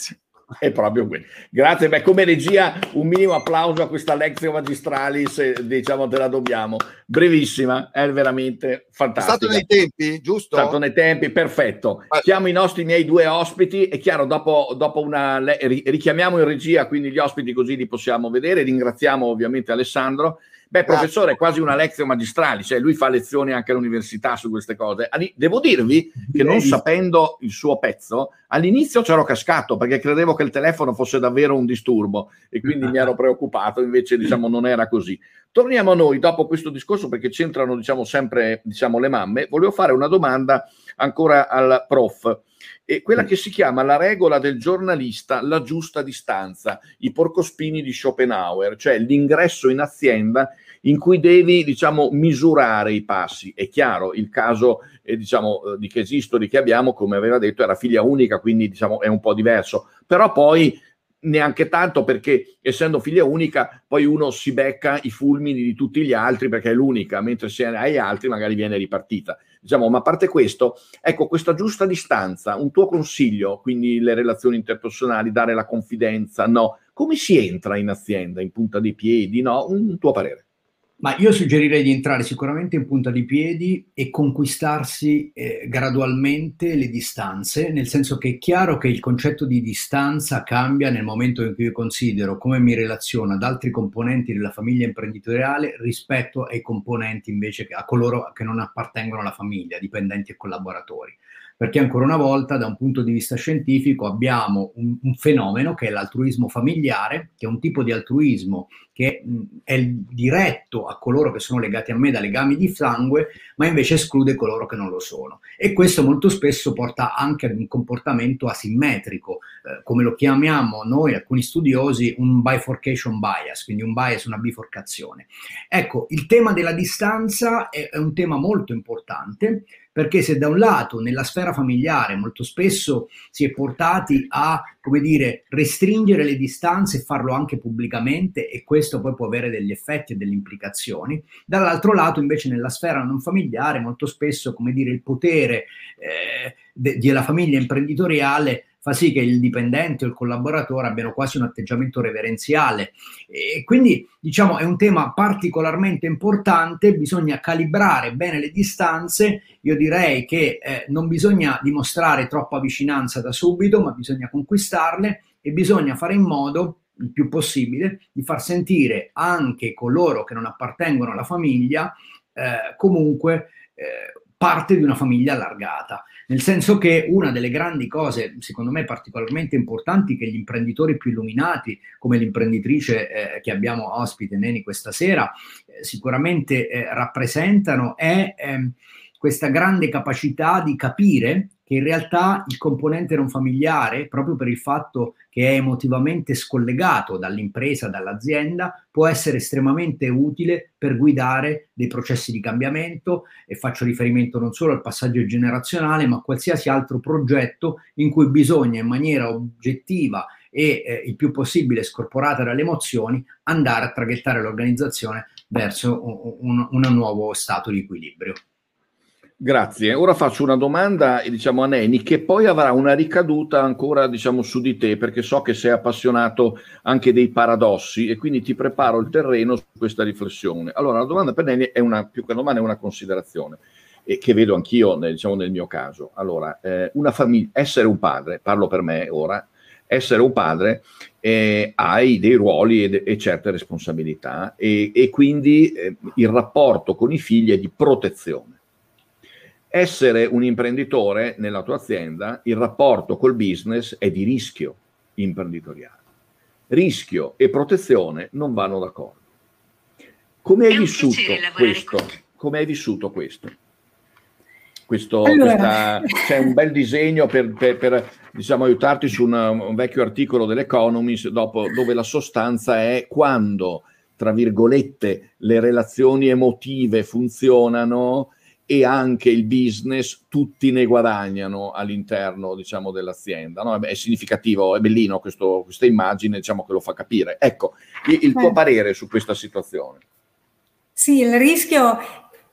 È proprio quello. Grazie, beh, come regia un minimo applauso a questa Lectio Magistralis, diciamo te la dobbiamo. Brevissima, è veramente fantastica. È stato nei tempi, giusto? È stato nei tempi, perfetto. Eh. Chiamo i nostri miei due ospiti, è chiaro, dopo, dopo una... richiamiamo in regia quindi gli ospiti così li possiamo vedere, ringraziamo ovviamente Alessandro. Beh, professore, è quasi una Lectio Magistralis, cioè lui fa lezioni anche all'università su queste cose. Devo dirvi che non sapendo il suo pezzo, all'inizio c'ero cascato perché credevo che il telefono fosse davvero un disturbo e quindi mi ero preoccupato, invece diciamo non era così. Torniamo a noi dopo questo discorso perché c'entrano diciamo sempre diciamo le mamme. Volevo fare una domanda ancora al prof. E quella che si chiama la regola del giornalista, la giusta distanza, i porcospini di Schopenhauer, cioè l'ingresso in azienda in cui devi, diciamo, misurare i passi. È chiaro, il caso, eh, diciamo, di che esisto, di che abbiamo, come aveva detto, era figlia unica, quindi, diciamo, è un po' diverso. Però poi neanche tanto perché, essendo figlia unica, poi uno si becca i fulmini di tutti gli altri perché è l'unica, mentre se hai altri magari viene ripartita. Diciamo, ma a parte questo, ecco, questa giusta distanza, un tuo consiglio, quindi le relazioni interpersonali, dare la confidenza, no? Come si entra in azienda? In punta dei piedi, no? Un tuo parere? Ma io suggerirei di entrare sicuramente in punta di piedi e conquistarsi eh, gradualmente le distanze, nel senso che è chiaro che il concetto di distanza cambia nel momento in cui io considero come mi relaziono ad altri componenti della famiglia imprenditoriale rispetto ai componenti invece che, a coloro che non appartengono alla famiglia, dipendenti e collaboratori. Perché ancora una volta, da un punto di vista scientifico, abbiamo un, un fenomeno che è l'altruismo familiare, che è un tipo di altruismo che mh, è diretto a coloro che sono legati a me da legami di sangue, ma invece esclude coloro che non lo sono. E questo molto spesso porta anche ad un comportamento asimmetrico, eh, come lo chiamiamo noi, alcuni studiosi, un bifurcation bias, quindi un bias, una biforcazione. Ecco, il tema della distanza è, è un tema molto importante, perché se da un lato nella sfera familiare molto spesso si è portati a, come dire, restringere le distanze e farlo anche pubblicamente, e questo poi può avere degli effetti e delle implicazioni, dall'altro lato invece nella sfera non familiare molto spesso, come dire, il potere eh, de- della famiglia imprenditoriale fa sì che il dipendente o il collaboratore abbiano quasi un atteggiamento reverenziale, e quindi diciamo è un tema particolarmente importante. Bisogna calibrare bene le distanze. Io direi che eh, non bisogna dimostrare troppa vicinanza da subito, ma bisogna conquistarle e bisogna fare in modo il più possibile di far sentire anche coloro che non appartengono alla famiglia eh, comunque eh, parte di una famiglia allargata, nel senso che una delle grandi cose, secondo me particolarmente importanti, che gli imprenditori più illuminati, come l'imprenditrice eh, che abbiamo ospite Neni questa sera, eh, sicuramente eh, rappresentano, è eh, questa grande capacità di capire che in realtà il componente non familiare, proprio per il fatto che è emotivamente scollegato dall'impresa, dall'azienda, può essere estremamente utile per guidare dei processi di cambiamento, e faccio riferimento non solo al passaggio generazionale, ma a qualsiasi altro progetto in cui bisogna in maniera oggettiva e eh, il più possibile scorporata dalle emozioni andare a traghettare l'organizzazione verso un, un, un nuovo stato di equilibrio. Grazie. Ora faccio una domanda, diciamo, a Neni, che poi avrà una ricaduta ancora, diciamo, su di te, perché so che sei appassionato anche dei paradossi e quindi ti preparo il terreno su questa riflessione. Allora, la domanda per Neni è una, più che domanda, è una considerazione, e che vedo anch'io, nel, diciamo, nel mio caso. Allora, eh, una famiglia, essere un padre, parlo per me ora, essere un padre eh, hai dei ruoli e, e certe responsabilità, e, e quindi eh, il rapporto con i figli è di protezione. Essere un imprenditore nella tua azienda, il rapporto col business è di rischio imprenditoriale. Rischio e protezione non vanno d'accordo. Come hai vissuto questo? Come hai vissuto questo? Questo allora. questa, c'è un bel disegno per, per, per diciamo, aiutarti su una, un vecchio articolo dell'Economist, dopo, dove la sostanza è quando, tra virgolette, le relazioni emotive funzionano e anche il business, tutti ne guadagnano all'interno, diciamo, dell'azienda. No? È significativo, è bellino questo, questa immagine, diciamo, che lo fa capire. Ecco, il, il tuo parere su questa situazione. Sì, il rischio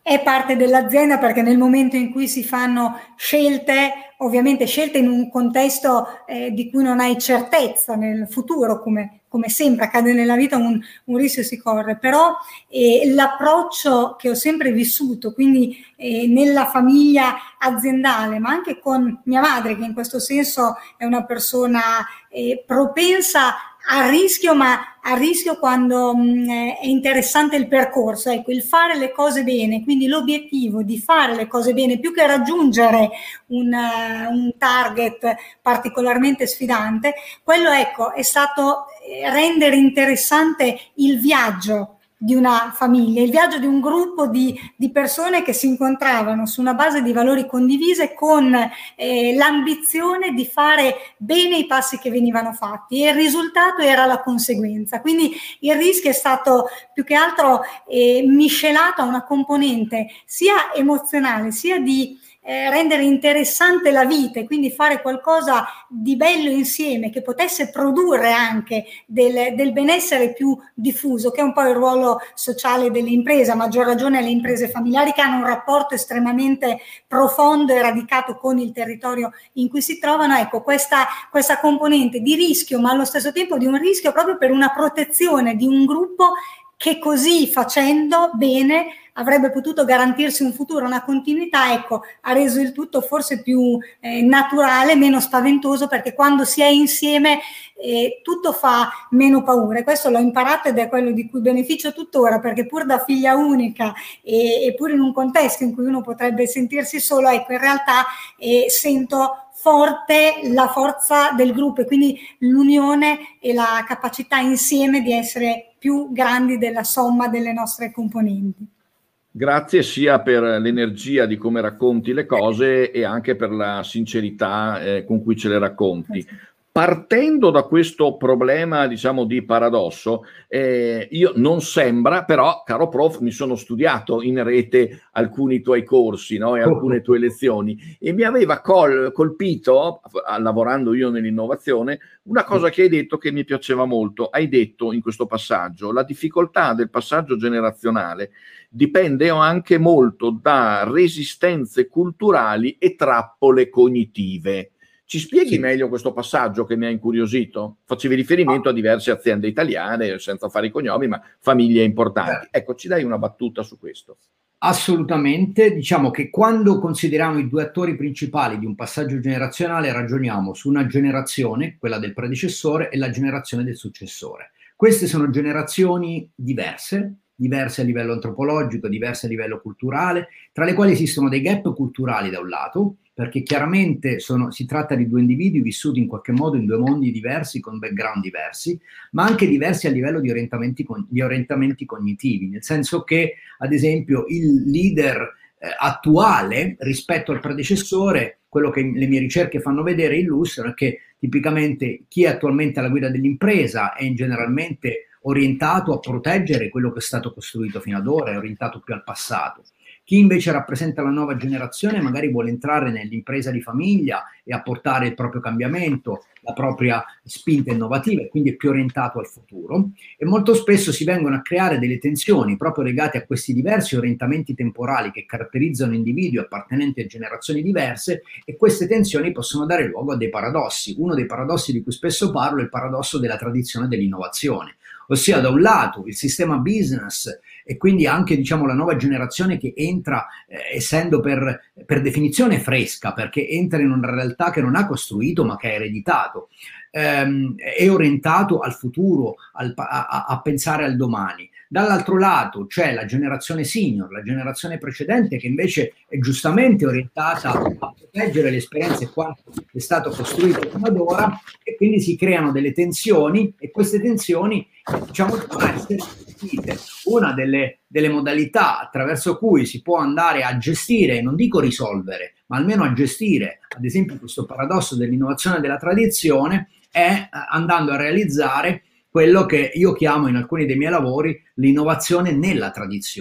è parte dell'azienda, perché nel momento in cui si fanno scelte, ovviamente scelte in un contesto eh, di cui non hai certezza nel futuro, come, come sempre accade nella vita, un, un rischio si corre, però eh, l'approccio che ho sempre vissuto, quindi eh, nella famiglia aziendale, ma anche con mia madre, che in questo senso è una persona eh, propensa a rischio, ma a rischio quando mh, è interessante il percorso, ecco, il fare le cose bene, quindi l'obiettivo di fare le cose bene più che raggiungere un, uh, un target particolarmente sfidante, quello, ecco, è stato rendere interessante il viaggio di una famiglia, il viaggio di un gruppo di, di persone che si incontravano su una base di valori condivise, con eh, l'ambizione di fare bene i passi che venivano fatti, e il risultato era la conseguenza. Quindi il rischio è stato più che altro eh, miscelato a una componente sia emozionale, sia di Eh, rendere interessante la vita, e quindi fare qualcosa di bello insieme che potesse produrre anche del, del benessere più diffuso, che è un po' il ruolo sociale delle imprese, a maggior ragione le imprese familiari, che hanno un rapporto estremamente profondo e radicato con il territorio in cui si trovano. Ecco, questa, questa componente di rischio, ma allo stesso tempo di un rischio proprio per una protezione di un gruppo che così facendo bene avrebbe potuto garantirsi un futuro, una continuità, ecco, ha reso il tutto forse più eh, naturale, meno spaventoso, perché quando si è insieme eh, tutto fa meno paura. E questo l'ho imparato ed è quello di cui beneficio tuttora, perché pur da figlia unica e, e pur in un contesto in cui uno potrebbe sentirsi solo, ecco, in realtà eh, sento forte la forza del gruppo, e quindi l'unione e la capacità insieme di essere più grandi della somma delle nostre componenti. Grazie sia per l'energia di come racconti le cose e anche per la sincerità eh, con cui ce le racconti. Partendo da questo problema, diciamo, di paradosso, eh, io non sembra, però, caro prof, mi sono studiato in rete alcuni tuoi corsi, no, e alcune tue lezioni, e mi aveva col, colpito, lavorando io nell'innovazione, una cosa che hai detto che mi piaceva molto. Hai detto in questo passaggio: la difficoltà del passaggio generazionale dipende anche molto da resistenze culturali e trappole cognitive. Ci spieghi sì. meglio questo passaggio che mi ha incuriosito? Facevi riferimento a diverse aziende italiane, senza fare i cognomi, ma famiglie importanti. Ecco, ci dai una battuta su questo? Assolutamente. Diciamo che quando consideriamo i due attori principali di un passaggio generazionale, ragioniamo su una generazione, quella del predecessore, e la generazione del successore. Queste sono generazioni diverse, diverse a livello antropologico, diverse a livello culturale, tra le quali esistono dei gap culturali da un lato, perché chiaramente sono, si tratta di due individui vissuti in qualche modo in due mondi diversi, con background diversi, ma anche diversi a livello di orientamenti, di orientamenti cognitivi, nel senso che, ad esempio, il leader eh, attuale rispetto al predecessore, quello che le mie ricerche fanno vedere e illustrano, è che tipicamente chi è attualmente alla guida dell'impresa è generalmente orientato a proteggere quello che è stato costruito fino ad ora, è orientato più al passato. Chi invece rappresenta la nuova generazione magari vuole entrare nell'impresa di famiglia e apportare il proprio cambiamento, la propria spinta innovativa, e quindi è più orientato al futuro. E molto spesso si vengono a creare delle tensioni proprio legate a questi diversi orientamenti temporali che caratterizzano individui appartenenti a generazioni diverse, e queste tensioni possono dare luogo a dei paradossi. Uno dei paradossi di cui spesso parlo è il paradosso della tradizione dell'innovazione. Ossia, da un lato il sistema business, e quindi anche, diciamo, la nuova generazione che entra eh, essendo per, per definizione fresca, perché entra in una realtà che non ha costruito ma che ha ereditato, ehm, è orientato al futuro, al, a, a pensare al domani. Dall'altro lato c'è la generazione senior, la generazione precedente, che invece è giustamente orientata a proteggere le esperienze quanto è stato costruito fino ad ora, e quindi si creano delle tensioni, e queste tensioni, diciamo, devono essere gestite. Una delle, delle modalità attraverso cui si può andare a gestire, non dico risolvere, ma almeno a gestire, ad esempio, questo paradosso dell'innovazione e della tradizione, è andando a realizzare quello che io chiamo in alcuni dei miei lavori l'innovazione nella tradizione.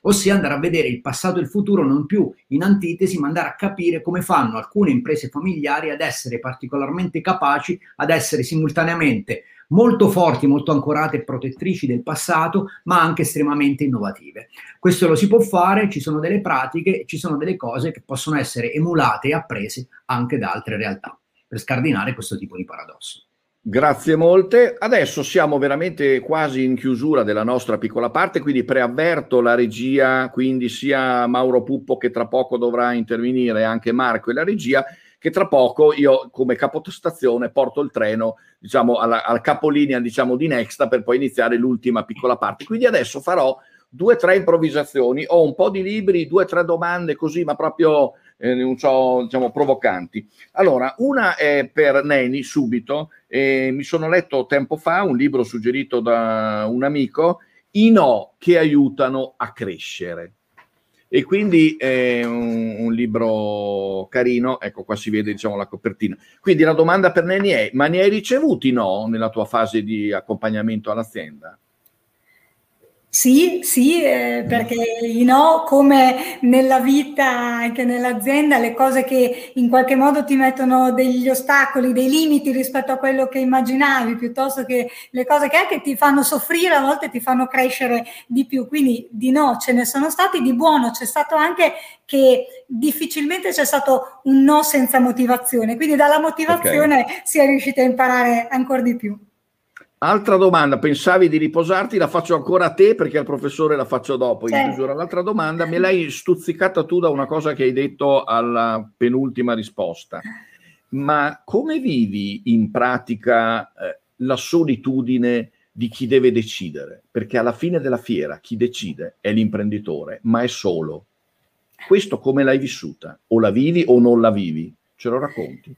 ossia andare a vedere il passato e il futuro non più in antitesi, ma andare a capire come fanno alcune imprese familiari ad essere particolarmente capaci, ad essere simultaneamente molto forti, molto ancorate e protettrici del passato, ma anche estremamente innovative. Questo lo si può fare, ci sono delle pratiche, ci sono delle cose che possono essere emulate e apprese anche da altre realtà, per scardinare questo tipo di paradosso. Grazie molte. Adesso siamo veramente quasi in chiusura della nostra piccola parte, quindi preavverto la regia, quindi sia Mauro Puppo, che tra poco dovrà intervenire, anche Marco e la regia, che tra poco io come capostazione porto il treno, diciamo, alla, al capolinea, diciamo, di Nexta, per poi iniziare l'ultima piccola parte. Quindi adesso farò due o tre improvvisazioni, ho un po' di libri, due o tre domande così, ma proprio eh, non so, diciamo, provocanti. Allora, una è per Neni, subito. Eh, mi sono letto tempo fa un libro suggerito da un amico, I no che aiutano a crescere. E quindi è un, un libro carino, ecco qua si vede, diciamo, la copertina. Quindi la domanda per Neni è: ma ne hai ricevuti no nella tua fase di accompagnamento all'azienda? Sì, sì, eh, perché i no, come nella vita, anche nell'azienda, le cose che in qualche modo ti mettono degli ostacoli, dei limiti rispetto a quello che immaginavi, piuttosto che le cose che anche ti fanno soffrire, a volte ti fanno crescere di più. Quindi di no ce ne sono stati, di buono c'è stato anche che difficilmente c'è stato un no senza motivazione, quindi dalla motivazione okay. si è riusciti a imparare ancora di più. Altra domanda, pensavi di riposarti? La faccio ancora a te perché al professore la faccio dopo. In chiusura, l'altra domanda, me l'hai stuzzicata tu da una cosa che hai detto alla penultima risposta. Ma come vivi in pratica eh, la solitudine di chi deve decidere? Perché alla fine della fiera chi decide è l'imprenditore, ma è solo. Questo come l'hai vissuta? O la vivi o non la vivi? Ce lo racconti?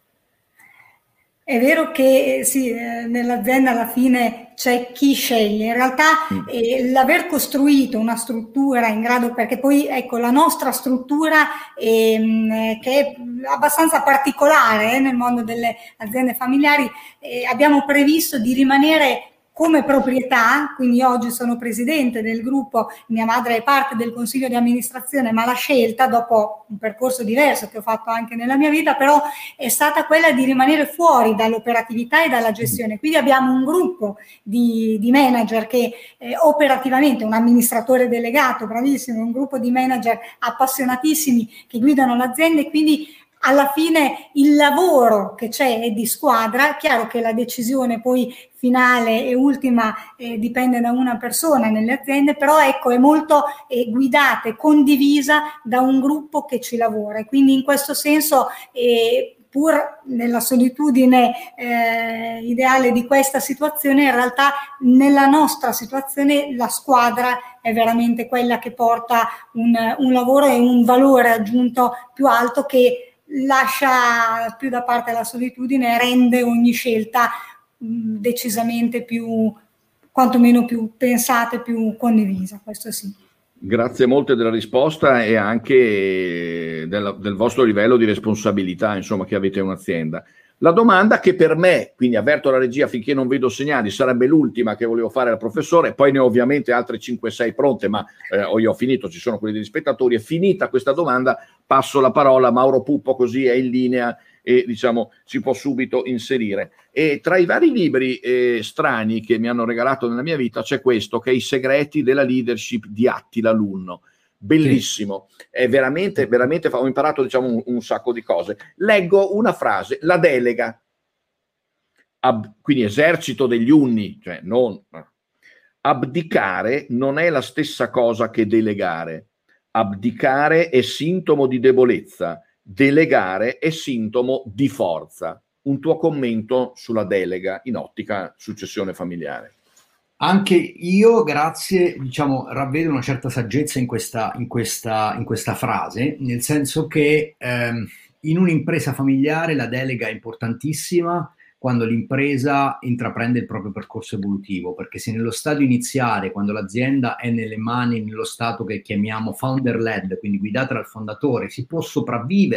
È vero che sì, eh, nell'azienda alla fine c'è chi sceglie, in realtà mm. eh, l'aver costruito una struttura in grado, perché poi ecco la nostra struttura ehm, che è abbastanza particolare eh, nel mondo delle aziende familiari, eh, abbiamo previsto di rimanere come proprietà, quindi oggi sono presidente del gruppo, mia madre è parte del consiglio di amministrazione, ma la scelta, dopo un percorso diverso che ho fatto anche nella mia vita, però è stata quella di rimanere fuori dall'operatività e dalla gestione. Quindi abbiamo un gruppo di, di manager che eh, operativamente, un amministratore delegato bravissimo, un gruppo di manager appassionatissimi che guidano l'azienda e quindi alla fine il lavoro che c'è è di squadra. Chiaro che la decisione poi finale e ultima eh, dipende da una persona nelle aziende, però ecco è molto eh, guidata e condivisa da un gruppo che ci lavora e quindi in questo senso eh, pur nella solitudine eh, ideale di questa situazione, in realtà nella nostra situazione la squadra è veramente quella che porta un, un lavoro e un valore aggiunto più alto che lascia più da parte la solitudine e rende ogni scelta mh, decisamente più, quantomeno più pensata e più condivisa, questo sì. Grazie molte della risposta e anche del, del vostro livello di responsabilità, insomma, che avete un'azienda. La domanda che per me, quindi avverto la regia finché non vedo segnali, sarebbe l'ultima che volevo fare al professore, poi ne ho ovviamente altre cinque sei pronte, ma eh, io ho finito, ci sono quelli degli spettatori, è finita questa domanda, passo la parola a Mauro Puppo così è in linea e diciamo si può subito inserire. E tra i vari libri eh, strani che mi hanno regalato nella mia vita c'è questo che è I segreti della leadership di Attila Lunno. Bellissimo, è veramente, veramente, ho imparato diciamo un, un sacco di cose. Leggo una frase, la delega, Ab, quindi esercito degli Unni, cioè non, abdicare non è la stessa cosa che delegare, abdicare è sintomo di debolezza, delegare è sintomo di forza. Un tuo commento sulla delega in ottica successione familiare. Anche io, grazie, diciamo, ravvedo una certa saggezza in questa, in questa, in questa frase, nel senso che ehm, in un'impresa familiare la delega è importantissima quando l'impresa intraprende il proprio percorso evolutivo, perché se nello stadio iniziale, quando l'azienda è nelle mani, nello stato che chiamiamo founder-led, quindi guidata dal fondatore, si può sopravvivere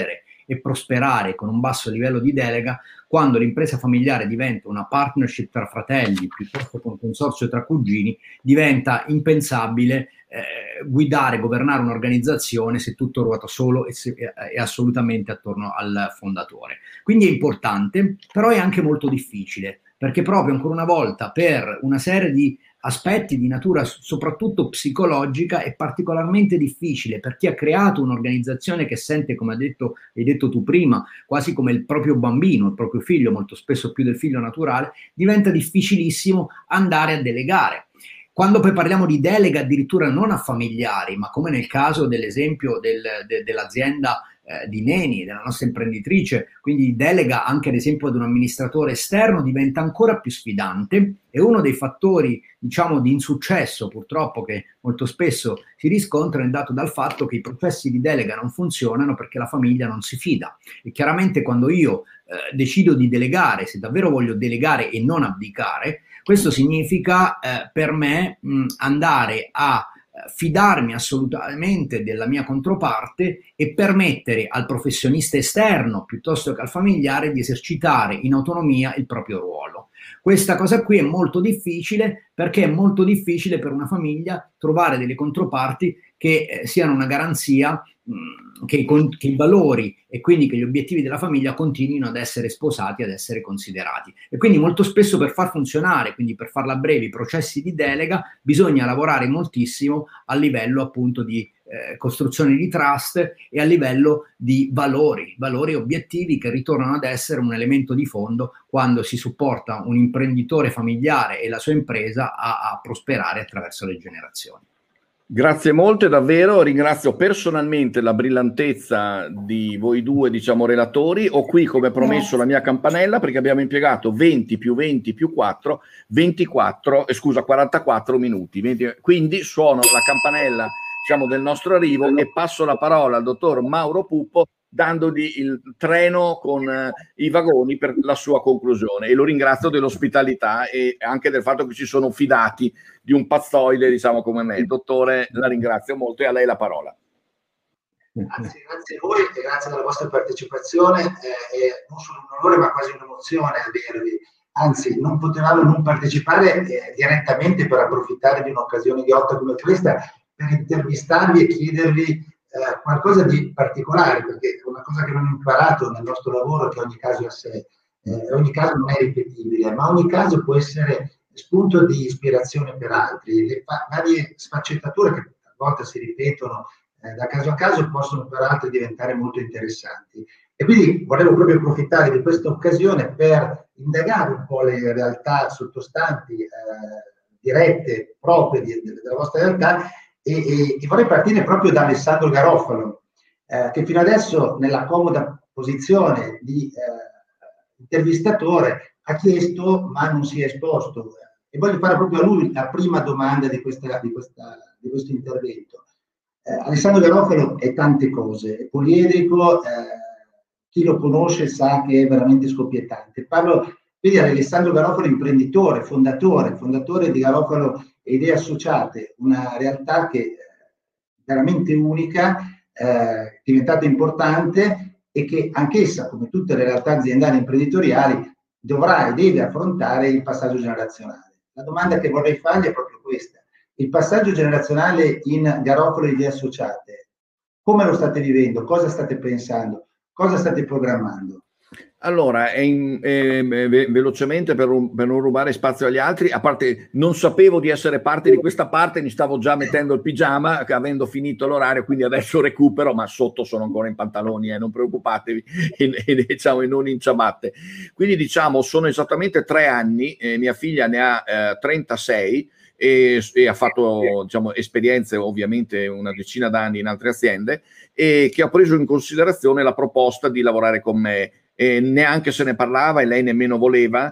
e prosperare con un basso livello di delega quando l'impresa familiare diventa una partnership tra fratelli piuttosto che un consorzio tra cugini. Diventa impensabile eh, guidare, governare un'organizzazione se tutto ruota solo e, se, e assolutamente attorno al fondatore. Quindi è importante, però è anche molto difficile, perché proprio ancora una volta per una serie di aspetti di natura soprattutto psicologica è particolarmente difficile per chi ha creato un'organizzazione che sente, come hai detto, hai detto tu prima, quasi come il proprio bambino, il proprio figlio, molto spesso più del figlio naturale. Diventa difficilissimo andare a delegare. Quando poi parliamo di delega addirittura non a familiari, ma come nel caso dell'esempio del, de, dell'azienda eh, di Neni, della nostra imprenditrice, quindi delega anche ad esempio ad un amministratore esterno, diventa ancora più sfidante. E uno dei fattori, diciamo, di insuccesso purtroppo che molto spesso si riscontra è dato dal fatto che i processi di delega non funzionano perché la famiglia non si fida. E chiaramente quando io eh, decido di delegare, se davvero voglio delegare e non abdicare, questo significa eh, per me mh, andare a eh, fidarmi assolutamente della mia controparte e permettere al professionista esterno piuttosto che al familiare di esercitare in autonomia il proprio ruolo. Questa cosa qui è molto difficile perché è molto difficile per una famiglia trovare delle controparti che eh, siano una garanzia mh, che, con, che i valori e quindi che gli obiettivi della famiglia continuino ad essere sposati, ad essere considerati. E quindi molto spesso per far funzionare, quindi per farla breve, i processi di delega, bisogna lavorare moltissimo a livello appunto di eh, costruzione di trust e a livello di valori, valori e obiettivi che ritornano ad essere un elemento di fondo quando si supporta un imprenditore familiare e la sua impresa a, a prosperare attraverso le generazioni. Grazie molte, davvero. Ringrazio personalmente la brillantezza di voi due, diciamo, relatori. Ho qui, come promesso, la mia campanella perché abbiamo impiegato venti più venti più quattro, ventiquattro, eh, scusa, quarantaquattro minuti. venti, quindi suono la campanella, diciamo, del nostro arrivo e passo la parola al dottor Mauro Puppo, dandogli il treno con eh, i vagoni per la sua conclusione, e lo ringrazio dell'ospitalità e anche del fatto che ci sono fidati di un pazzoide, diciamo, come me. Dottore, la ringrazio molto e a lei la parola. Grazie, grazie a voi e grazie della vostra partecipazione. Eh, è non solo un onore ma quasi un'emozione avervi, anzi non potevamo non partecipare eh, direttamente per approfittare di un'occasione ghiotta come questa per intervistarvi e chiedervi Eh, qualcosa di particolare, perché una cosa che abbiamo imparato nel nostro lavoro è che ogni caso è a sé, eh, ogni caso non è ripetibile, ma ogni caso può essere spunto di ispirazione per altri. Le varie sfaccettature che a volte si ripetono eh, da caso a caso possono per altri diventare molto interessanti. E quindi volevo proprio approfittare di questa occasione per indagare un po' le realtà sottostanti, eh, dirette, proprie di, de, della vostra realtà. E, e, e vorrei partire proprio da Alessandro Garofalo, eh, che fino adesso nella comoda posizione di eh, intervistatore ha chiesto ma non si è esposto, e voglio fare proprio a lui la prima domanda di, questa, di, questa, di questo intervento. Eh, Alessandro Garofalo è tante cose, è poliedrico, eh, chi lo conosce sa che è veramente scoppiettante. Parlo quindi di Alessandro Garofalo, imprenditore, fondatore, fondatore di Garofalo e Idee Associate, una realtà che è veramente unica, eh, diventata importante e che anch'essa, come tutte le realtà aziendali imprenditoriali, dovrà e deve affrontare il passaggio generazionale. La domanda che vorrei fargli è proprio questa. Il passaggio generazionale in Garofalo e Idee Associate, come lo state vivendo? Cosa state pensando? Cosa state programmando? Allora, è in, eh, ve- velocemente per, un, per non rubare spazio agli altri, a parte non sapevo di essere parte di questa parte, mi stavo già mettendo il pigiama avendo finito l'orario, quindi adesso recupero, ma sotto sono ancora in pantaloni, eh, non preoccupatevi, e, e, diciamo, e non in ciabatte. Quindi diciamo sono esattamente tre anni, eh, mia figlia ne ha eh, trentasei e, e ha fatto, diciamo, esperienze ovviamente una decina d'anni in altre aziende, e che ha preso in considerazione la proposta di lavorare con me. E neanche se ne parlava e lei nemmeno voleva,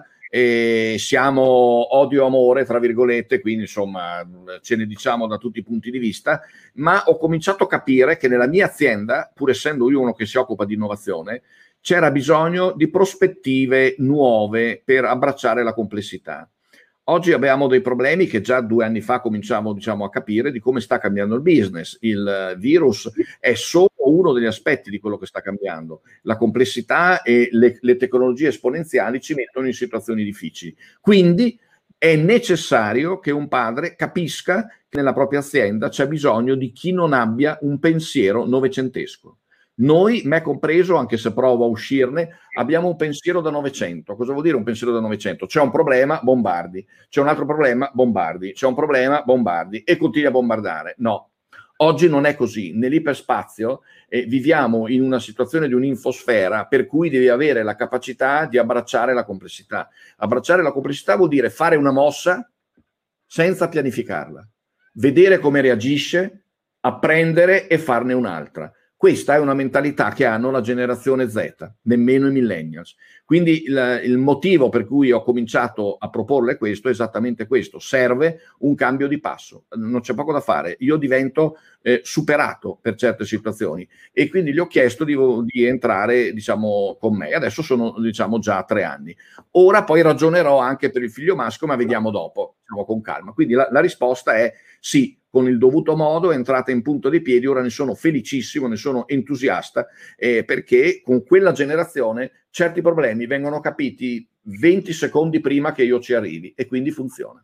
e siamo odio-amore tra virgolette, quindi insomma ce ne diciamo da tutti i punti di vista, ma ho cominciato a capire che nella mia azienda, pur essendo io uno che si occupa di innovazione, c'era bisogno di prospettive nuove per abbracciare la complessità. Oggi abbiamo dei problemi che già due anni fa cominciamo, diciamo, a capire di come sta cambiando il business. Il virus è solo uno degli aspetti di quello che sta cambiando. La complessità e le, le tecnologie esponenziali ci mettono in situazioni difficili. Quindi è necessario che un padre capisca che nella propria azienda c'è bisogno di chi non abbia un pensiero novecentesco. Noi, me compreso, anche se provo a uscirne, abbiamo un pensiero da Novecento. Cosa vuol dire un pensiero da Novecento? C'è un problema, bombardi. C'è un altro problema, bombardi. C'è un problema, bombardi. E continui a bombardare. No. Oggi non è così. Nell'iperspazio eh, viviamo in una situazione di un'infosfera per cui devi avere la capacità di abbracciare la complessità. Abbracciare la complessità vuol dire fare una mossa senza pianificarla. Vedere come reagisce, apprendere e farne un'altra. Questa è una mentalità che hanno la generazione Z, nemmeno i millennials. Quindi il, il motivo per cui ho cominciato a proporle questo è esattamente questo. Serve un cambio di passo, non c'è poco da fare. Io divento eh, superato per certe situazioni e quindi gli ho chiesto di, di entrare, diciamo, con me. Adesso sono, diciamo, già tre anni. Ora poi ragionerò anche per il figlio maschio, ma vediamo dopo, diciamo, con calma. Quindi la, la risposta è sì. Con il dovuto modo, è entrata in punta di piedi, ora ne sono felicissimo, ne sono entusiasta, eh, perché con quella generazione certi problemi vengono capiti venti secondi prima che io ci arrivi e quindi funziona.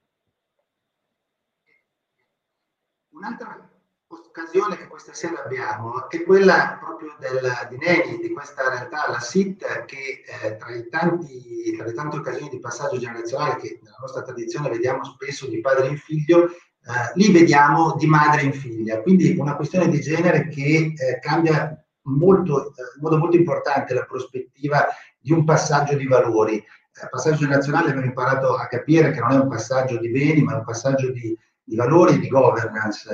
Un'altra occasione che questa sera abbiamo è quella proprio del, di Neni, di questa realtà, la S I T, che eh, tra, i tanti, tra le tante occasioni di passaggio generazionale che nella nostra tradizione vediamo spesso di padre in figlio, Uh, lì vediamo di madre in figlia, quindi una questione di genere che eh, cambia molto, eh, in modo molto importante la prospettiva di un passaggio di valori. Il eh, passaggio generazionale abbiamo imparato a capire che non è un passaggio di beni, ma è un passaggio di, di valori e di governance.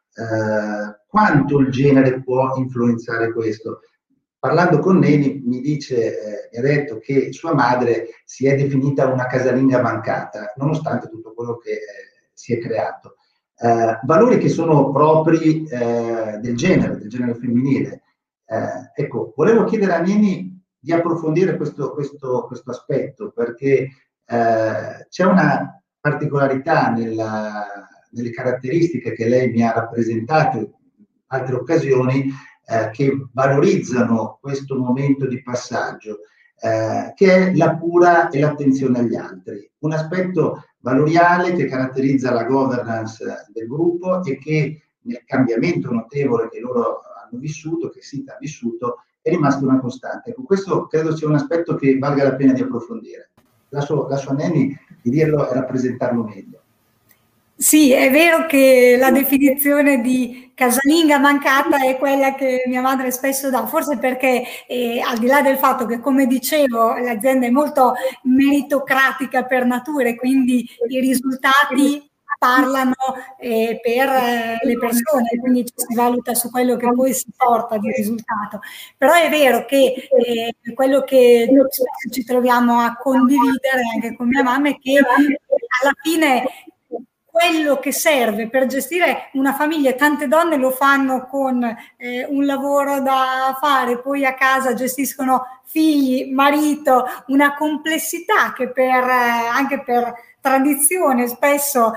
Uh, quanto il genere può influenzare questo? Parlando con Neni mi dice, eh, mi ha detto che sua madre si è definita una casalinga mancata, nonostante tutto quello che eh, si è creato. Uh, valori che sono propri uh, del genere, del genere femminile. Uh, ecco, volevo chiedere a Neni di approfondire questo, questo, questo aspetto, perché uh, c'è una particolarità nella, nelle caratteristiche che lei mi ha rappresentato in altre occasioni uh, che valorizzano questo momento di passaggio, uh, che è la cura e l'attenzione agli altri. Un aspetto valoriale che caratterizza la governance del gruppo e che nel cambiamento notevole che loro hanno vissuto, che S I T ha vissuto, è rimasto una costante. Ecco, questo credo sia un aspetto che valga la pena di approfondire. Lascio, lascio a Neni di dirlo e rappresentarlo meglio. Sì, è vero che la definizione di casalinga mancata è quella che mia madre spesso dà, forse perché eh, al di là del fatto che, come dicevo, l'azienda è molto meritocratica per natura e quindi i risultati parlano eh, per eh, le persone, quindi ci si valuta su quello che poi si porta di risultato. Però è vero che eh, quello che ci troviamo a condividere anche con mia mamma è che alla fine quello che serve per gestire una famiglia, e tante donne lo fanno con eh, un lavoro da fare, poi a casa gestiscono figli, marito, una complessità che per, eh, anche per tradizione spesso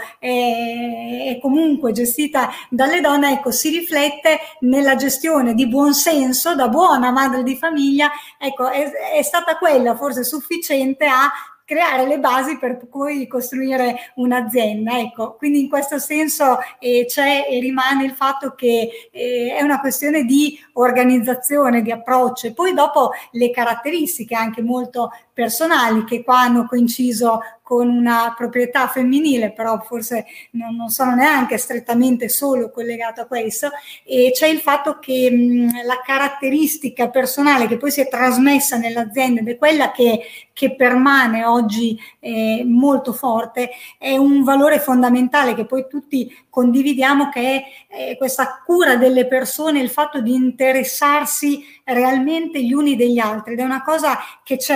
è, è comunque gestita dalle donne, ecco, si riflette nella gestione di buon senso, da buona madre di famiglia, ecco, è, è stata quella forse sufficiente a creare le basi per poi costruire un'azienda. Ecco, quindi in questo senso eh, c'è e rimane il fatto che eh, è una questione di organizzazione, di approccio, e poi dopo le caratteristiche anche molto personali che qua hanno coinciso con una proprietà femminile, però forse non, non sono neanche strettamente solo collegato a questo, e c'è il fatto che mh, la caratteristica personale che poi si è trasmessa nell'azienda ed è quella che, che permane oggi eh, molto forte, è un valore fondamentale che poi tutti condividiamo, che è eh, questa cura delle persone, il fatto di interessarsi realmente gli uni degli altri, ed è una cosa che c'è, e mentre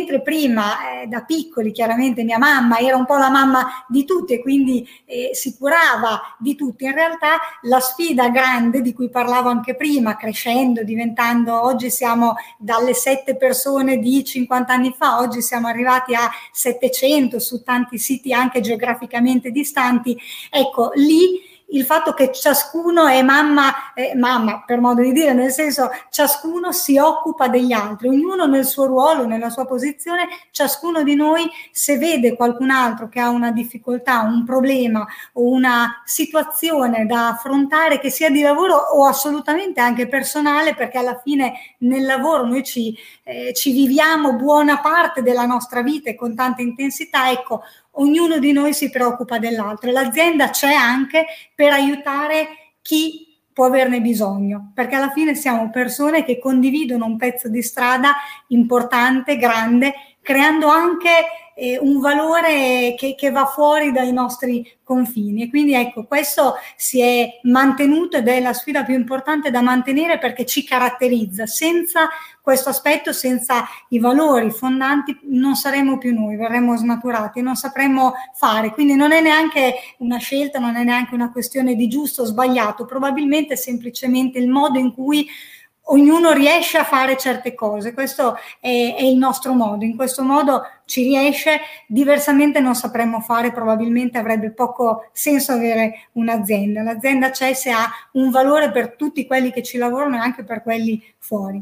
mentre prima eh, da piccoli chiaramente mia mamma era un po' la mamma di tutti e quindi eh, si curava di tutti, in realtà la sfida grande di cui parlavo anche prima, crescendo, diventando, oggi siamo dalle sette persone di cinquanta anni fa, oggi siamo arrivati a settecento su tanti siti anche geograficamente distanti, ecco lì il fatto che ciascuno è mamma, eh, mamma per modo di dire, nel senso ciascuno si occupa degli altri, ognuno nel suo ruolo, nella sua posizione, ciascuno di noi se vede qualcun altro che ha una difficoltà, un problema o una situazione da affrontare che sia di lavoro o assolutamente anche personale, perché alla fine nel lavoro noi ci, eh, ci viviamo buona parte della nostra vita e con tanta intensità, ecco, ognuno di noi si preoccupa dell'altro e l'azienda c'è anche per aiutare chi può averne bisogno, perché alla fine siamo persone che condividono un pezzo di strada importante, grande, creando anche eh, un valore che, che va fuori dai nostri confini. E quindi ecco, questo si è mantenuto ed è la sfida più importante da mantenere perché ci caratterizza. Senza questo aspetto, senza i valori fondanti, non saremo più noi, verremo snaturati, non sapremo fare. Quindi non è neanche una scelta, non è neanche una questione di giusto o sbagliato, probabilmente è semplicemente il modo in cui ognuno riesce a fare certe cose. Questo è, è il nostro modo, in questo modo ci riesce, diversamente non sapremmo fare, probabilmente avrebbe poco senso avere un'azienda. L'azienda c'è se ha un valore per tutti quelli che ci lavorano e anche per quelli fuori.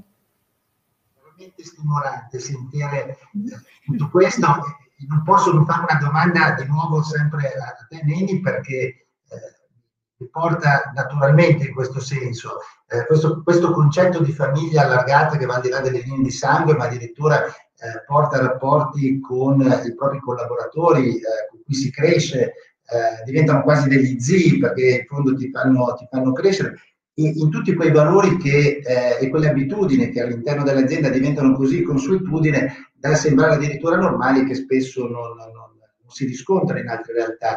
Veramente stimolante sentire tutto questo. Non posso non fare una domanda di nuovo sempre a te, Neni, perché eh, mi porta naturalmente in questo senso. Eh, questo, questo concetto di famiglia allargata che va al di là delle linee di sangue, ma addirittura eh, porta rapporti con eh, i propri collaboratori, eh, con cui si cresce, eh, diventano quasi degli zii perché in fondo ti fanno, ti fanno crescere. E in tutti quei valori che, eh, e quelle abitudini che all'interno dell'azienda diventano così consuetudine da sembrare addirittura normali, che spesso non, non, non si riscontrano in altre realtà.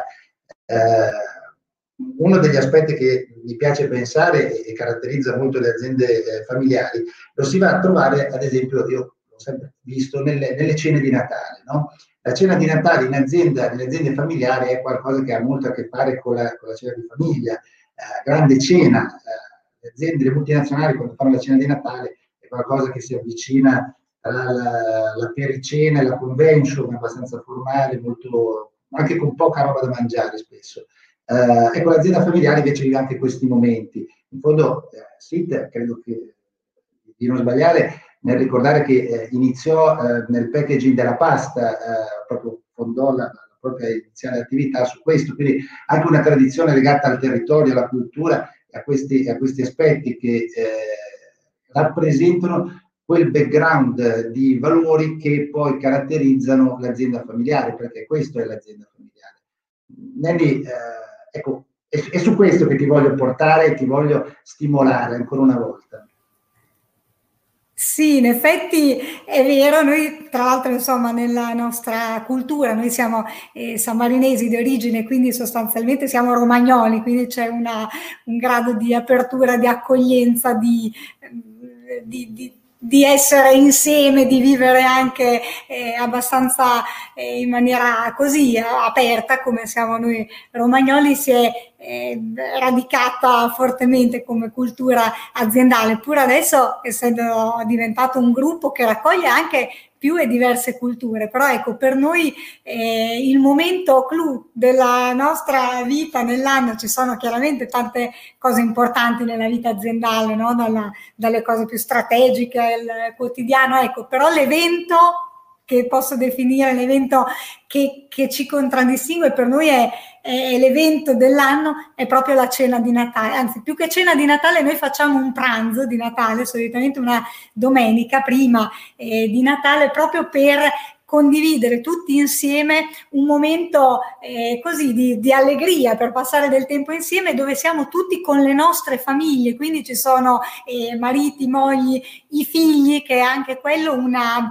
Eh, uno degli aspetti che mi piace pensare e caratterizza molto le aziende eh, familiari lo si va a trovare, ad esempio, io l'ho sempre visto nelle, nelle cene di Natale, no? La cena di Natale in azienda, nelle aziende familiari è qualcosa che ha molto a che fare con la, con la cena di famiglia, eh, grande cena. Eh, le aziende, le multinazionali quando fanno la cena di Natale è qualcosa che si avvicina alla, alla pericena e la convention, abbastanza formale, molto, anche con poca roba da mangiare spesso. Uh, ecco, l'azienda familiare invece vive anche questi momenti. In fondo, eh, Sid, credo che, di non sbagliare nel ricordare che eh, iniziò eh, nel packaging della pasta, eh, proprio fondò la, la propria iniziale attività su questo, quindi anche una tradizione legata al territorio, alla cultura e a questi, a questi aspetti che eh, rappresentano quel background di valori che poi caratterizzano l'azienda familiare, perché questo è l'azienda familiare. Nelly, eh, ecco, è, è su questo che ti voglio portare e ti voglio stimolare ancora una volta. Sì, in effetti è vero, noi tra l'altro insomma nella nostra cultura, noi siamo eh, sammarinesi di origine, quindi sostanzialmente siamo romagnoli, quindi c'è una, un grado di apertura, di accoglienza, di, di, di di essere insieme, di vivere anche eh, abbastanza eh, in maniera così eh, aperta come siamo noi romagnoli, si è eh, radicata fortemente come cultura aziendale, pur adesso essendo diventato un gruppo che raccoglie anche più e diverse culture, però ecco, per noi eh, il momento clou della nostra vita nell'anno, ci sono chiaramente tante cose importanti nella vita aziendale, no? Dalla, dalle cose più strategiche, il quotidiano, ecco, però l'evento che posso definire l'evento che, che ci contraddistingue per noi è, è l'evento dell'anno, è proprio la cena di Natale. Anzi, più che cena di Natale noi facciamo un pranzo di Natale, solitamente una domenica prima eh, di Natale, proprio per condividere tutti insieme un momento eh, così di, di allegria, per passare del tempo insieme, dove siamo tutti con le nostre famiglie, quindi ci sono eh, mariti, mogli, i figli, che è anche quello una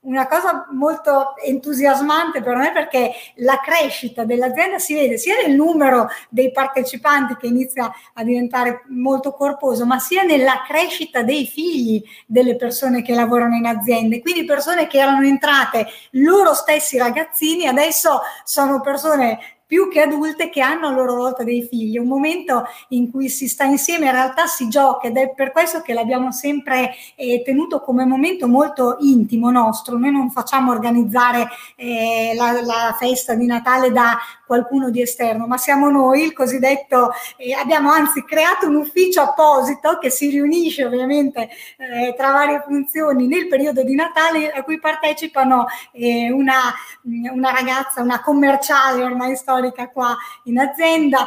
una cosa molto entusiasmante per me, perché la crescita dell'azienda si vede sia nel numero dei partecipanti, che inizia a diventare molto corposo, ma sia nella crescita dei figli delle persone che lavorano in aziende. Quindi persone che erano entrate loro stessi ragazzini, adesso sono persone più che adulte che hanno a loro volta dei figli. Un momento in cui si sta insieme, in realtà si gioca, ed è per questo che l'abbiamo sempre eh, tenuto come momento molto intimo nostro. Noi non facciamo organizzare eh, la, la festa di Natale da qualcuno di esterno, ma siamo noi, il cosiddetto, eh, abbiamo anzi creato un ufficio apposito che si riunisce ovviamente eh, tra varie funzioni nel periodo di Natale, a cui partecipano eh, una, una ragazza, una commerciale ormai storica qua in azienda,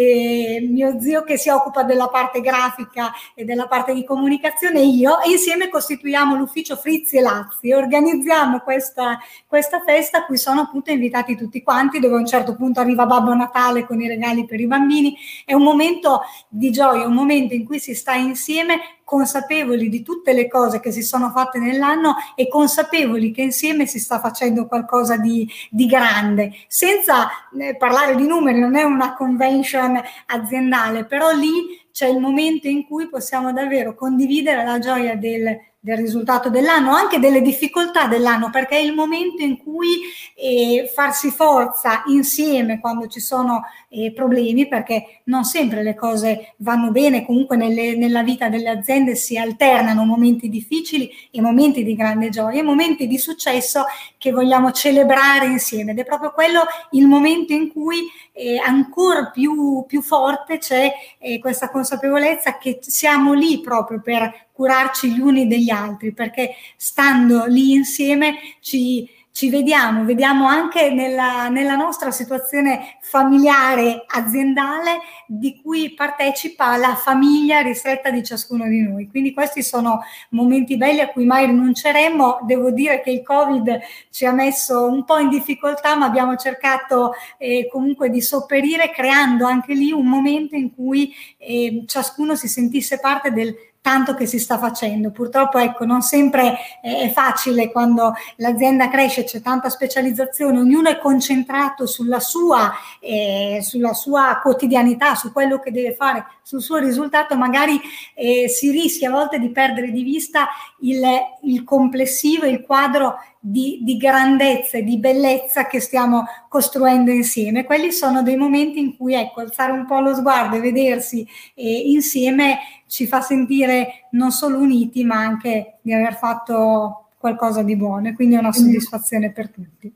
eh, mio zio che si occupa della parte grafica e della parte di comunicazione, io, e insieme costituiamo l'ufficio Frizzi e Lazzi, organizziamo questa, questa festa a cui sono appunto invitati tutti quanti, dove a un certo punto arriva Babbo Natale con i regali per i bambini. È un momento di gioia, un momento in cui si sta insieme, consapevoli di tutte le cose che si sono fatte nell'anno e consapevoli che insieme si sta facendo qualcosa di, di grande, senza eh, parlare di numeri. Non è una convention aziendale, però lì c'è il momento in cui possiamo davvero condividere la gioia del, del risultato dell'anno, anche delle difficoltà dell'anno, perché è il momento in cui eh, farsi forza insieme quando ci sono eh, problemi, perché non sempre le cose vanno bene. Comunque nelle, nella vita delle aziende si alternano momenti difficili e momenti di grande gioia, e momenti di successo che vogliamo celebrare insieme, ed è proprio quello il momento in cui eh, ancora più, più forte c'è eh, questa consapevolezza che siamo lì proprio per curarci gli uni degli altri, perché stando lì insieme ci, ci vediamo, vediamo anche nella, nella nostra situazione familiare, aziendale, di cui partecipa la famiglia ristretta di ciascuno di noi. Quindi questi sono momenti belli a cui mai rinunceremmo. Devo dire che il Covid ci ha messo un po' in difficoltà, ma abbiamo cercato eh, comunque di sopperire, creando anche lì un momento in cui eh, ciascuno si sentisse parte del tanto che si sta facendo. Purtroppo, ecco, non sempre eh, è facile quando l'azienda cresce, c'è tanta specializzazione, ognuno è concentrato sulla sua, eh, sulla sua quotidianità, su quello che deve fare, sul suo risultato. Magari eh, si rischia a volte di perdere di vista il, il complessivo, il quadro di, di grandezza e di bellezza che stiamo costruendo insieme. Quelli sono dei momenti in cui, ecco, alzare un po' lo sguardo e vedersi eh, insieme ci fa sentire non solo uniti, ma anche di aver fatto qualcosa di buono, e quindi è una soddisfazione per tutti.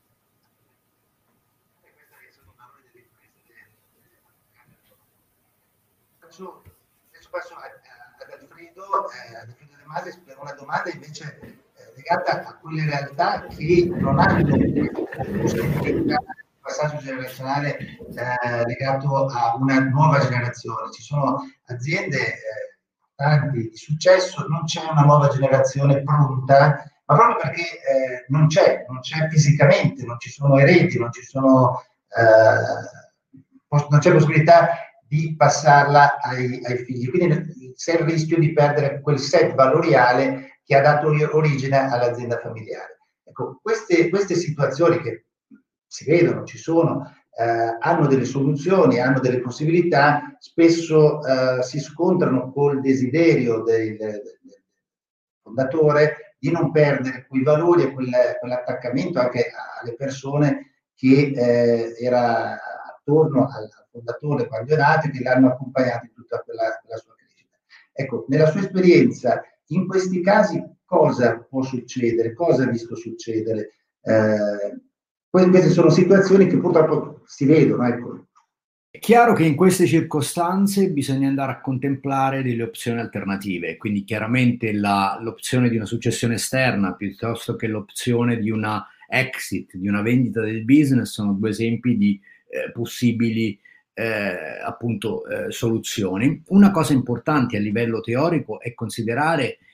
Adesso passo ad Alfredo, eh, ad Alfredo De Masi per una domanda invece eh, legata a quelle realtà che non hanno un passaggio generazionale eh, legato a una nuova generazione. Ci sono aziende eh, tanti di successo, non c'è una nuova generazione pronta, ma proprio perché eh, non c'è, non c'è fisicamente, non ci sono eredi, non ci sono eh, non c'è possibilità di passarla ai, ai figli. Quindi c'è il rischio di perdere quel set valoriale che ha dato origine all'azienda familiare. Ecco, queste, queste situazioni che si vedono, ci sono, eh, hanno delle soluzioni, hanno delle possibilità, spesso eh, si scontrano col desiderio del, del fondatore di non perdere quei valori e quel, quell'attaccamento anche alle persone che eh, era attorno al fondatore quando è nato e che l'hanno accompagnato in tutta quella, quella sua crescita. Ecco, nella sua esperienza, in questi casi cosa può succedere? Cosa ha visto succedere? Eh, Queste sono situazioni che purtroppo si vedono. Ecco. È chiaro che in queste circostanze bisogna andare a contemplare delle opzioni alternative, quindi chiaramente la, l'opzione di una successione esterna piuttosto che l'opzione di una exit, di una vendita del business, sono due esempi di eh, possibili eh, appunto eh, soluzioni. Una cosa importante a livello teorico è considerare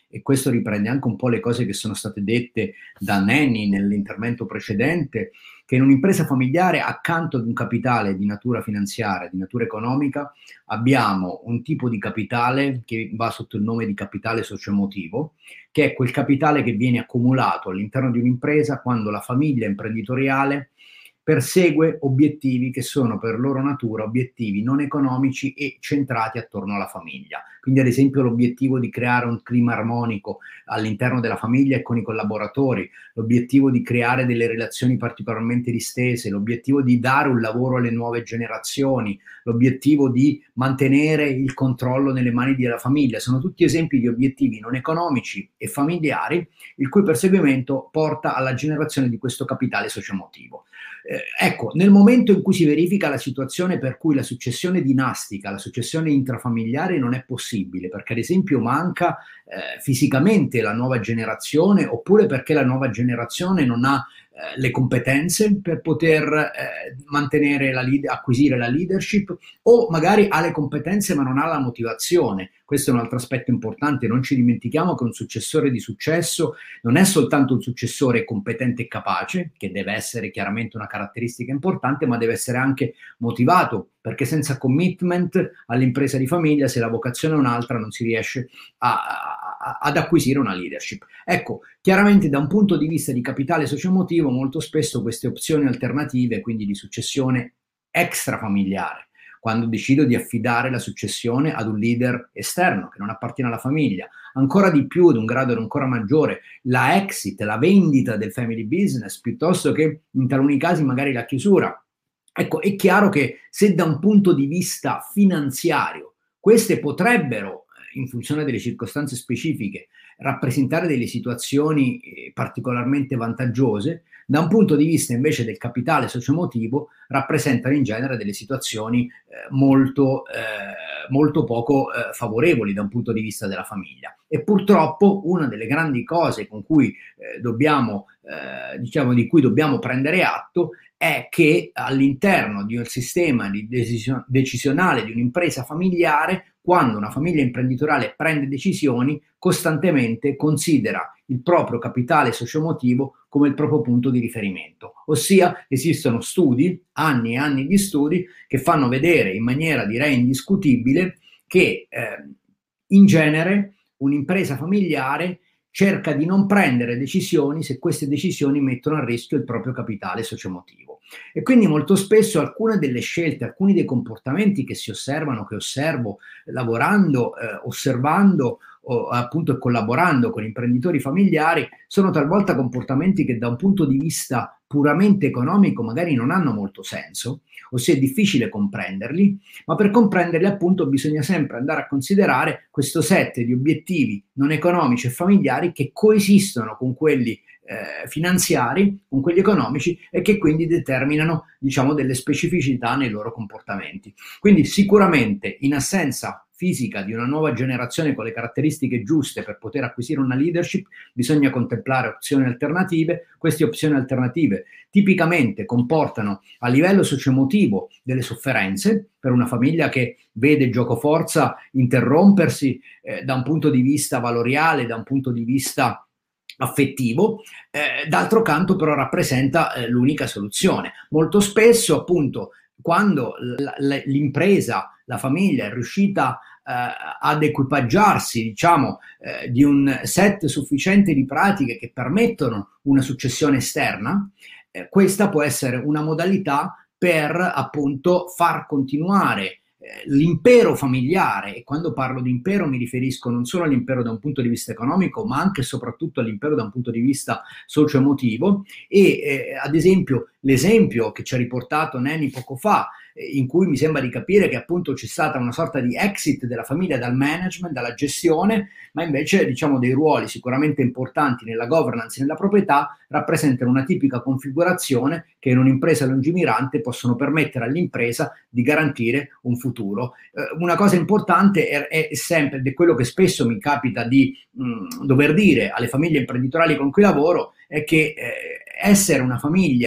e questo riprende anche un po' le cose che sono state dette da Nanny nell'intervento precedente, che in un'impresa familiare, accanto ad un capitale di natura finanziaria, di natura economica, abbiamo un tipo di capitale che va sotto il nome di capitale socioemotivo, che è quel capitale che viene accumulato all'interno di un'impresa quando la famiglia imprenditoriale persegue obiettivi che sono per loro natura obiettivi non economici e centrati attorno alla famiglia. Quindi ad esempio l'obiettivo di creare un clima armonico all'interno della famiglia e con i collaboratori, l'obiettivo di creare delle relazioni particolarmente distese, l'obiettivo di dare un lavoro alle nuove generazioni, l'obiettivo di mantenere il controllo nelle mani della famiglia. Sono tutti esempi di obiettivi non economici e familiari, il cui perseguimento porta alla generazione di questo capitale socioemotivo. Eh, ecco, nel momento in cui si verifica la situazione per cui la successione dinastica, la successione intrafamiliare non è possibile, perché ad esempio manca eh, fisicamente la nuova generazione, oppure perché la nuova generazione non ha eh, le competenze per poter eh, mantenere la lead- acquisire la leadership, o magari ha le competenze ma non ha la motivazione. Questo è un altro aspetto importante. Non ci dimentichiamo che un successore di successo non è soltanto un successore competente e capace, che deve essere chiaramente una caratteristica importante, ma deve essere anche motivato, perché senza commitment all'impresa di famiglia, se la vocazione è un'altra, non si riesce a, a, ad acquisire una leadership. Ecco, chiaramente da un punto di vista di capitale socioemotivo, molto spesso queste opzioni alternative, quindi di successione extrafamiliare, quando decido di affidare la successione ad un leader esterno che non appartiene alla famiglia, ancora di più, ad un grado ancora maggiore, la exit, la vendita del family business, piuttosto che in taluni casi magari la chiusura. Ecco, è chiaro che se da un punto di vista finanziario queste potrebbero, in funzione delle circostanze specifiche, rappresentare delle situazioni eh, particolarmente vantaggiose, da un punto di vista invece del capitale socioemotivo rappresentano in genere delle situazioni eh, molto, eh, molto poco eh, favorevoli da un punto di vista della famiglia. E purtroppo una delle grandi cose con cui eh, dobbiamo, eh, diciamo, di cui dobbiamo prendere atto è che all'interno di un sistema di decision- decisionale di un'impresa familiare, quando una famiglia imprenditoriale prende decisioni, costantemente considera il proprio capitale socioemotivo come il proprio punto di riferimento. Ossia, esistono studi, anni e anni di studi, che fanno vedere in maniera, direi, indiscutibile che eh, in genere un'impresa familiare cerca di non prendere decisioni se queste decisioni mettono a rischio il proprio capitale socioemotivo. E quindi molto spesso alcune delle scelte, alcuni dei comportamenti che si osservano, che osservo lavorando, eh, osservando o appunto collaborando con imprenditori familiari, sono talvolta comportamenti che da un punto di vista puramente economico magari non hanno molto senso, ossia è difficile comprenderli, ma per comprenderli appunto bisogna sempre andare a considerare questo set di obiettivi non economici e familiari che coesistono con quelli eh, finanziari, con quelli economici, e che quindi determinano, diciamo, delle specificità nei loro comportamenti. Quindi sicuramente in assenza fisica di una nuova generazione con le caratteristiche giuste per poter acquisire una leadership, bisogna contemplare opzioni alternative. Queste opzioni alternative tipicamente comportano a livello socioemotivo delle sofferenze per una famiglia che vede giocoforza interrompersi eh, da un punto di vista valoriale, da un punto di vista affettivo, eh, d'altro canto però rappresenta eh, l'unica soluzione. Molto spesso appunto quando l- l- l'impresa, la famiglia è riuscita eh, ad equipaggiarsi, diciamo, eh, di un set sufficiente di pratiche che permettono una successione esterna, eh, questa può essere una modalità per appunto far continuare l'impero familiare. E quando parlo di impero mi riferisco non solo all'impero da un punto di vista economico, ma anche e soprattutto all'impero da un punto di vista socio-emotivo. E eh, ad esempio l'esempio che ci ha riportato Nanny poco fa, eh, in cui mi sembra di capire che appunto c'è stata una sorta di exit della famiglia dal management, dalla gestione, ma invece diciamo dei ruoli sicuramente importanti nella governance e nella proprietà rappresentano una tipica configurazione che in un'impresa lungimirante possono permettere all'impresa di garantire un futuro. Eh, una cosa importante è, è sempre, ed è quello che spesso mi capita di mh, dover dire alle famiglie imprenditoriali con cui lavoro, è che eh, essere una famiglia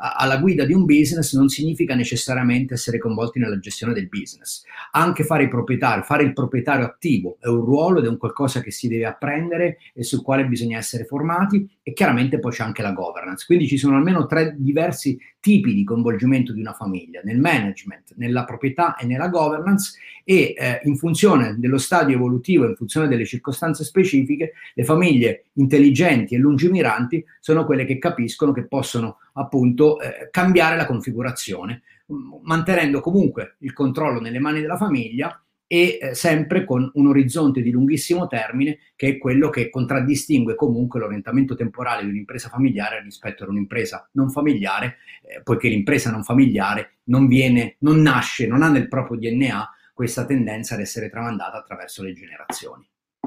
a, alla guida di un business non significa necessariamente essere coinvolti nella gestione del business. Anche fare i proprietari, fare il proprietario attivo è un ruolo ed è un qualcosa che si deve apprendere e sul quale bisogna essere formati, e chiaramente poi c'è anche la governance. Quindi ci sono almeno tre diversi tipi di coinvolgimento di una famiglia: nel management, nella proprietà e nella governance, e eh, in funzione dello stadio evolutivo, in funzione delle circostanze specifiche, le famiglie intelligenti e lungimiranti sono quelle che capiscono che possono appunto eh, cambiare la configurazione, mantenendo comunque il controllo nelle mani della famiglia e eh, sempre con un orizzonte di lunghissimo termine, che è quello che contraddistingue comunque l'orientamento temporale di un'impresa familiare rispetto ad un'impresa non familiare, eh, poiché l'impresa non familiare non viene, non nasce, non ha nel proprio D N A questa tendenza ad essere tramandata attraverso le generazioni.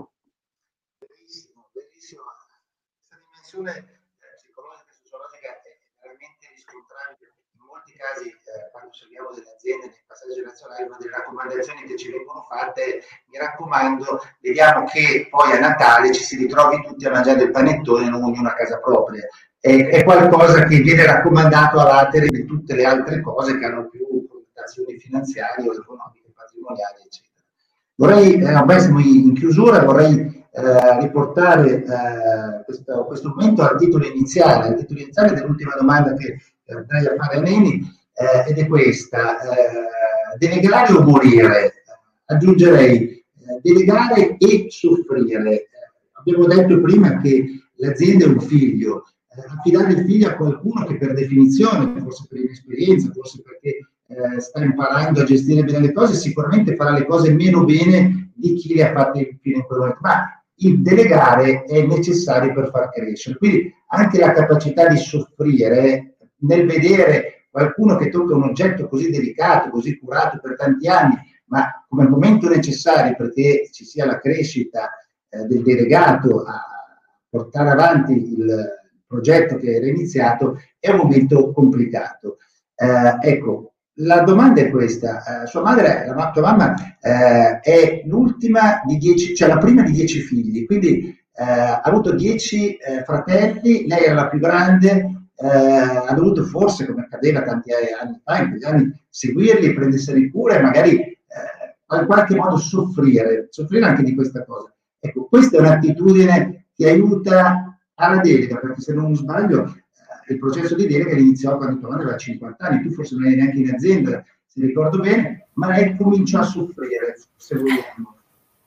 Benissimo, benissimo. Questa dimensione eh, psicologica e sociologica è veramente riscontrabile. In molti casi, eh, quando osserviamo delle aziende nei passaggi generazionali, una delle raccomandazioni che ci vengono fatte è: mi raccomando, vediamo che poi a Natale ci si ritrovi tutti a mangiare il panettone, non ognuno a casa propria. È, è qualcosa che viene raccomandato a latere di tutte le altre cose che hanno più connotazioni finanziarie o economiche, patrimoniali, eccetera. Vorrei, eh, ormai siamo in chiusura, vorrei eh, riportare eh, questo, questo momento al titolo iniziale, al titolo iniziale dell'ultima domanda che eh, andrei a fare a Neni, eh, ed è questa: eh, delegare o morire? Aggiungerei eh, delegare e soffrire. Eh, abbiamo detto prima che l'azienda è un figlio. Eh, affidare il figlio a qualcuno che per definizione, forse per inesperienza, forse perché eh, sta imparando a gestire bene le cose, sicuramente farà le cose meno bene di chi le ha fatte fino in quel momento, ma il delegare è necessario per far crescere. Quindi anche la capacità di soffrire nel vedere qualcuno che tocca un oggetto così delicato, così curato per tanti anni, ma come momento necessario perché ci sia la crescita eh, del delegato a portare avanti il progetto che era iniziato, è un momento complicato. Eh, ecco, la domanda è questa: eh, sua madre, la tua mamma, eh, è l'ultima di dieci, cioè la prima di dieci figli, quindi eh, ha avuto dieci eh, fratelli, lei era la più grande, eh, ha dovuto forse, come accadeva tanti anni fa, in quegli anni, seguirli, prendersene cura e magari eh, in qualche modo soffrire, soffrire anche di questa cosa. Ecco, questa è un'attitudine che aiuta alla delega, perché se non sbaglio eh, il processo di delega iniziò quando tua madre aveva cinquanta anni, tu forse non eri neanche in azienda, se ricordo bene, ma lei cominciò a soffrire, se vogliamo.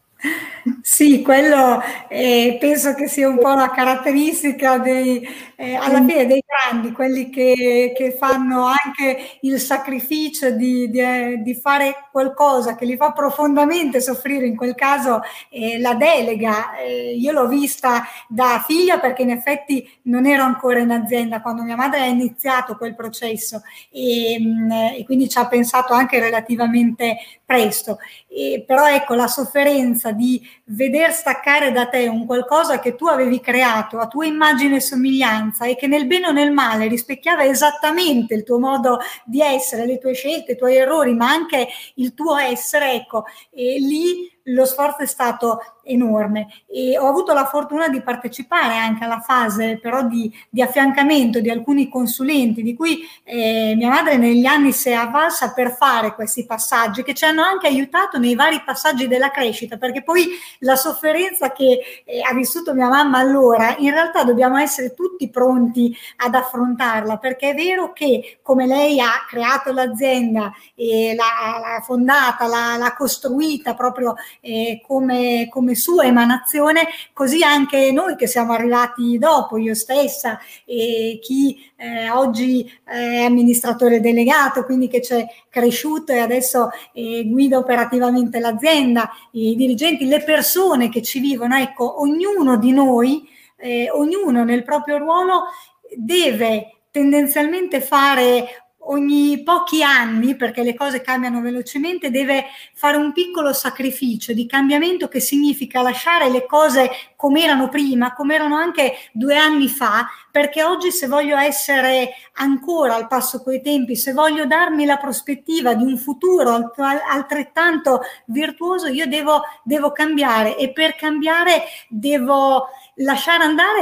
Sì, quello eh, penso che sia un po' la caratteristica dei, eh, alla fine dei grandi, quelli che, che fanno anche il sacrificio di, di, eh, di fare qualcosa che li fa profondamente soffrire, in quel caso eh, la delega. Eh, io l'ho vista da figlia perché in effetti non ero ancora in azienda quando mia madre ha iniziato quel processo e, mh, e quindi ci ha pensato anche relativamente presto. E, però ecco, la sofferenza di veder staccare da te un qualcosa che tu avevi creato a tua immagine e somiglianza e che nel bene o nel male rispecchiava esattamente il tuo modo di essere, le tue scelte, i tuoi errori, ma anche il tuo essere, ecco, e lì lo sforzo è stato enorme e ho avuto la fortuna di partecipare anche alla fase però di, di affiancamento di alcuni consulenti di cui eh, mia madre negli anni si è avvalsa per fare questi passaggi che ci hanno anche aiutato nei vari passaggi della crescita, perché poi la sofferenza che eh, ha vissuto mia mamma allora in realtà dobbiamo essere tutti pronti ad affrontarla, perché è vero che come lei ha creato l'azienda e l'ha, l'ha fondata, l'ha, l'ha costruita proprio eh, come, come sua emanazione, così anche noi che siamo arrivati dopo, io stessa e chi eh, oggi è amministratore delegato, quindi che c'è cresciuto e adesso eh, guida operativamente l'azienda, i dirigenti, le persone che ci vivono, ecco, ognuno di noi, eh, ognuno nel proprio ruolo deve tendenzialmente fare ogni pochi anni, perché le cose cambiano velocemente, deve fare un piccolo sacrificio di cambiamento che significa lasciare le cose come erano prima, come erano anche due anni fa, perché oggi se voglio essere ancora al passo coi tempi, se voglio darmi la prospettiva di un futuro altrettanto virtuoso, io devo, devo cambiare e per cambiare devo lasciare andare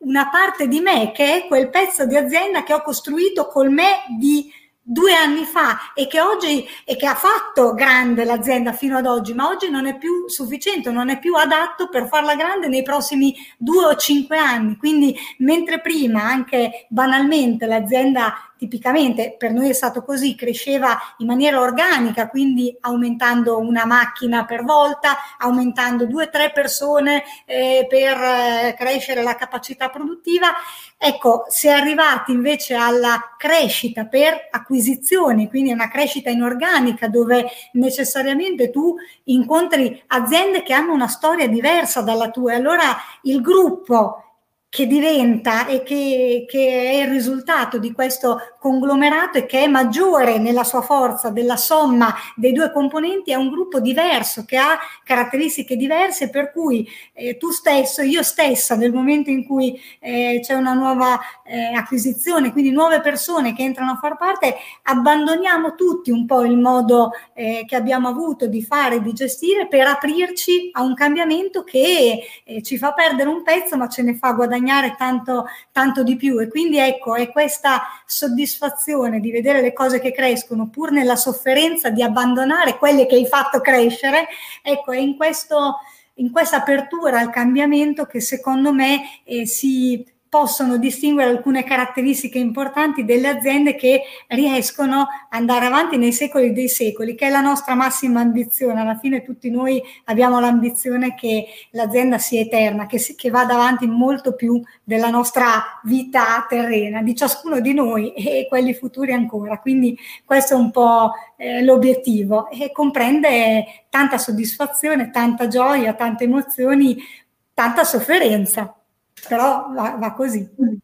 una parte di me, che è quel pezzo di azienda che ho costruito col me di due anni fa e che oggi e che ha fatto grande l'azienda fino ad oggi, ma oggi non è più sufficiente, non è più adatto per farla grande nei prossimi due o cinque anni. Quindi mentre prima anche banalmente l'azienda, tipicamente per noi è stato così, cresceva in maniera organica, quindi aumentando una macchina per volta, aumentando due o tre persone eh, per eh, crescere la capacità produttiva. Ecco, si è arrivati invece alla crescita per acquisizioni, quindi una crescita inorganica dove necessariamente tu incontri aziende che hanno una storia diversa dalla tua, e allora il gruppo che diventa e che, che è il risultato di questo conglomerato e che è maggiore nella sua forza della somma dei due componenti, è un gruppo diverso che ha caratteristiche diverse, per cui eh, tu stesso, io stessa, nel momento in cui eh, c'è una nuova eh, acquisizione, quindi nuove persone che entrano a far parte, abbandoniamo tutti un po' il modo eh, che abbiamo avuto di fare e di gestire per aprirci a un cambiamento che eh, ci fa perdere un pezzo ma ce ne fa guadagnare tanto, tanto di più. E quindi ecco, è questa soddisfazione di vedere le cose che crescono pur nella sofferenza di abbandonare quelle che hai fatto crescere. Ecco, è in questo, in questa apertura al cambiamento che secondo me eh, si possono distinguere alcune caratteristiche importanti delle aziende che riescono ad andare avanti nei secoli dei secoli, che è la nostra massima ambizione. Alla fine tutti noi abbiamo l'ambizione che l'azienda sia eterna, che, si, che vada avanti molto più della nostra vita terrena, di ciascuno di noi e quelli futuri ancora. Quindi questo è un po' eh, l'obiettivo, e comprende tanta soddisfazione, tanta gioia, tante emozioni, tanta sofferenza. Però va, va così. Bene,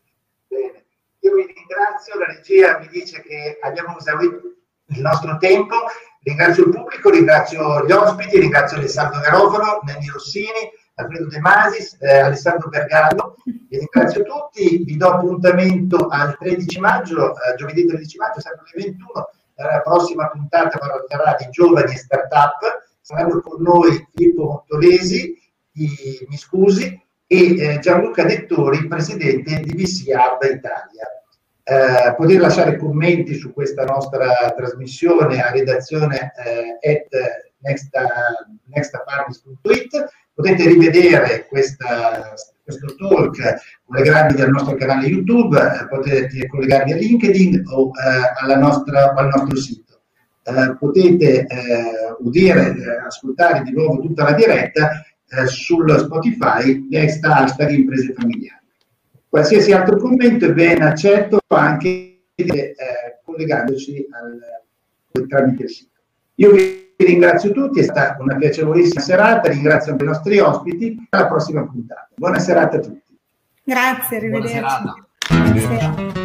io vi ringrazio, la regia mi dice che abbiamo esaurito il nostro tempo, ringrazio il pubblico, ringrazio gli ospiti, ringrazio Alessandro Garofalo, Nenni Rossini, Alfredo De Masis, eh, Alessandro Bergallo, vi ringrazio tutti, vi do appuntamento al tredici maggio, eh, giovedì tredici maggio, sempre alle ventuno, la prossima puntata parlerà di giovani e start-up, saranno con noi Filippo Montolesi, di Mi Scusi, e eh, Gianluca Dettori, presidente di V C Hub Italia. Eh, potete lasciare commenti su questa nostra trasmissione a redazione eh, at nextapartners punto it. Potete rivedere questa, questo talk collegandovi al nostro canale YouTube, eh, potete collegarvi a LinkedIn o eh, alla nostra, al nostro sito. Eh, potete eh, udire, eh, ascoltare di nuovo tutta la diretta Eh, sul Spotify, next hashtag imprese familiari. Qualsiasi altro commento è ben accetto, anche eh, collegandoci al, tramite il sito. Io vi ringrazio tutti, è stata una piacevolissima serata, ringrazio anche i nostri ospiti, alla prossima puntata. Buona serata a tutti. Grazie, arrivederci. Buona serata. Buona serata.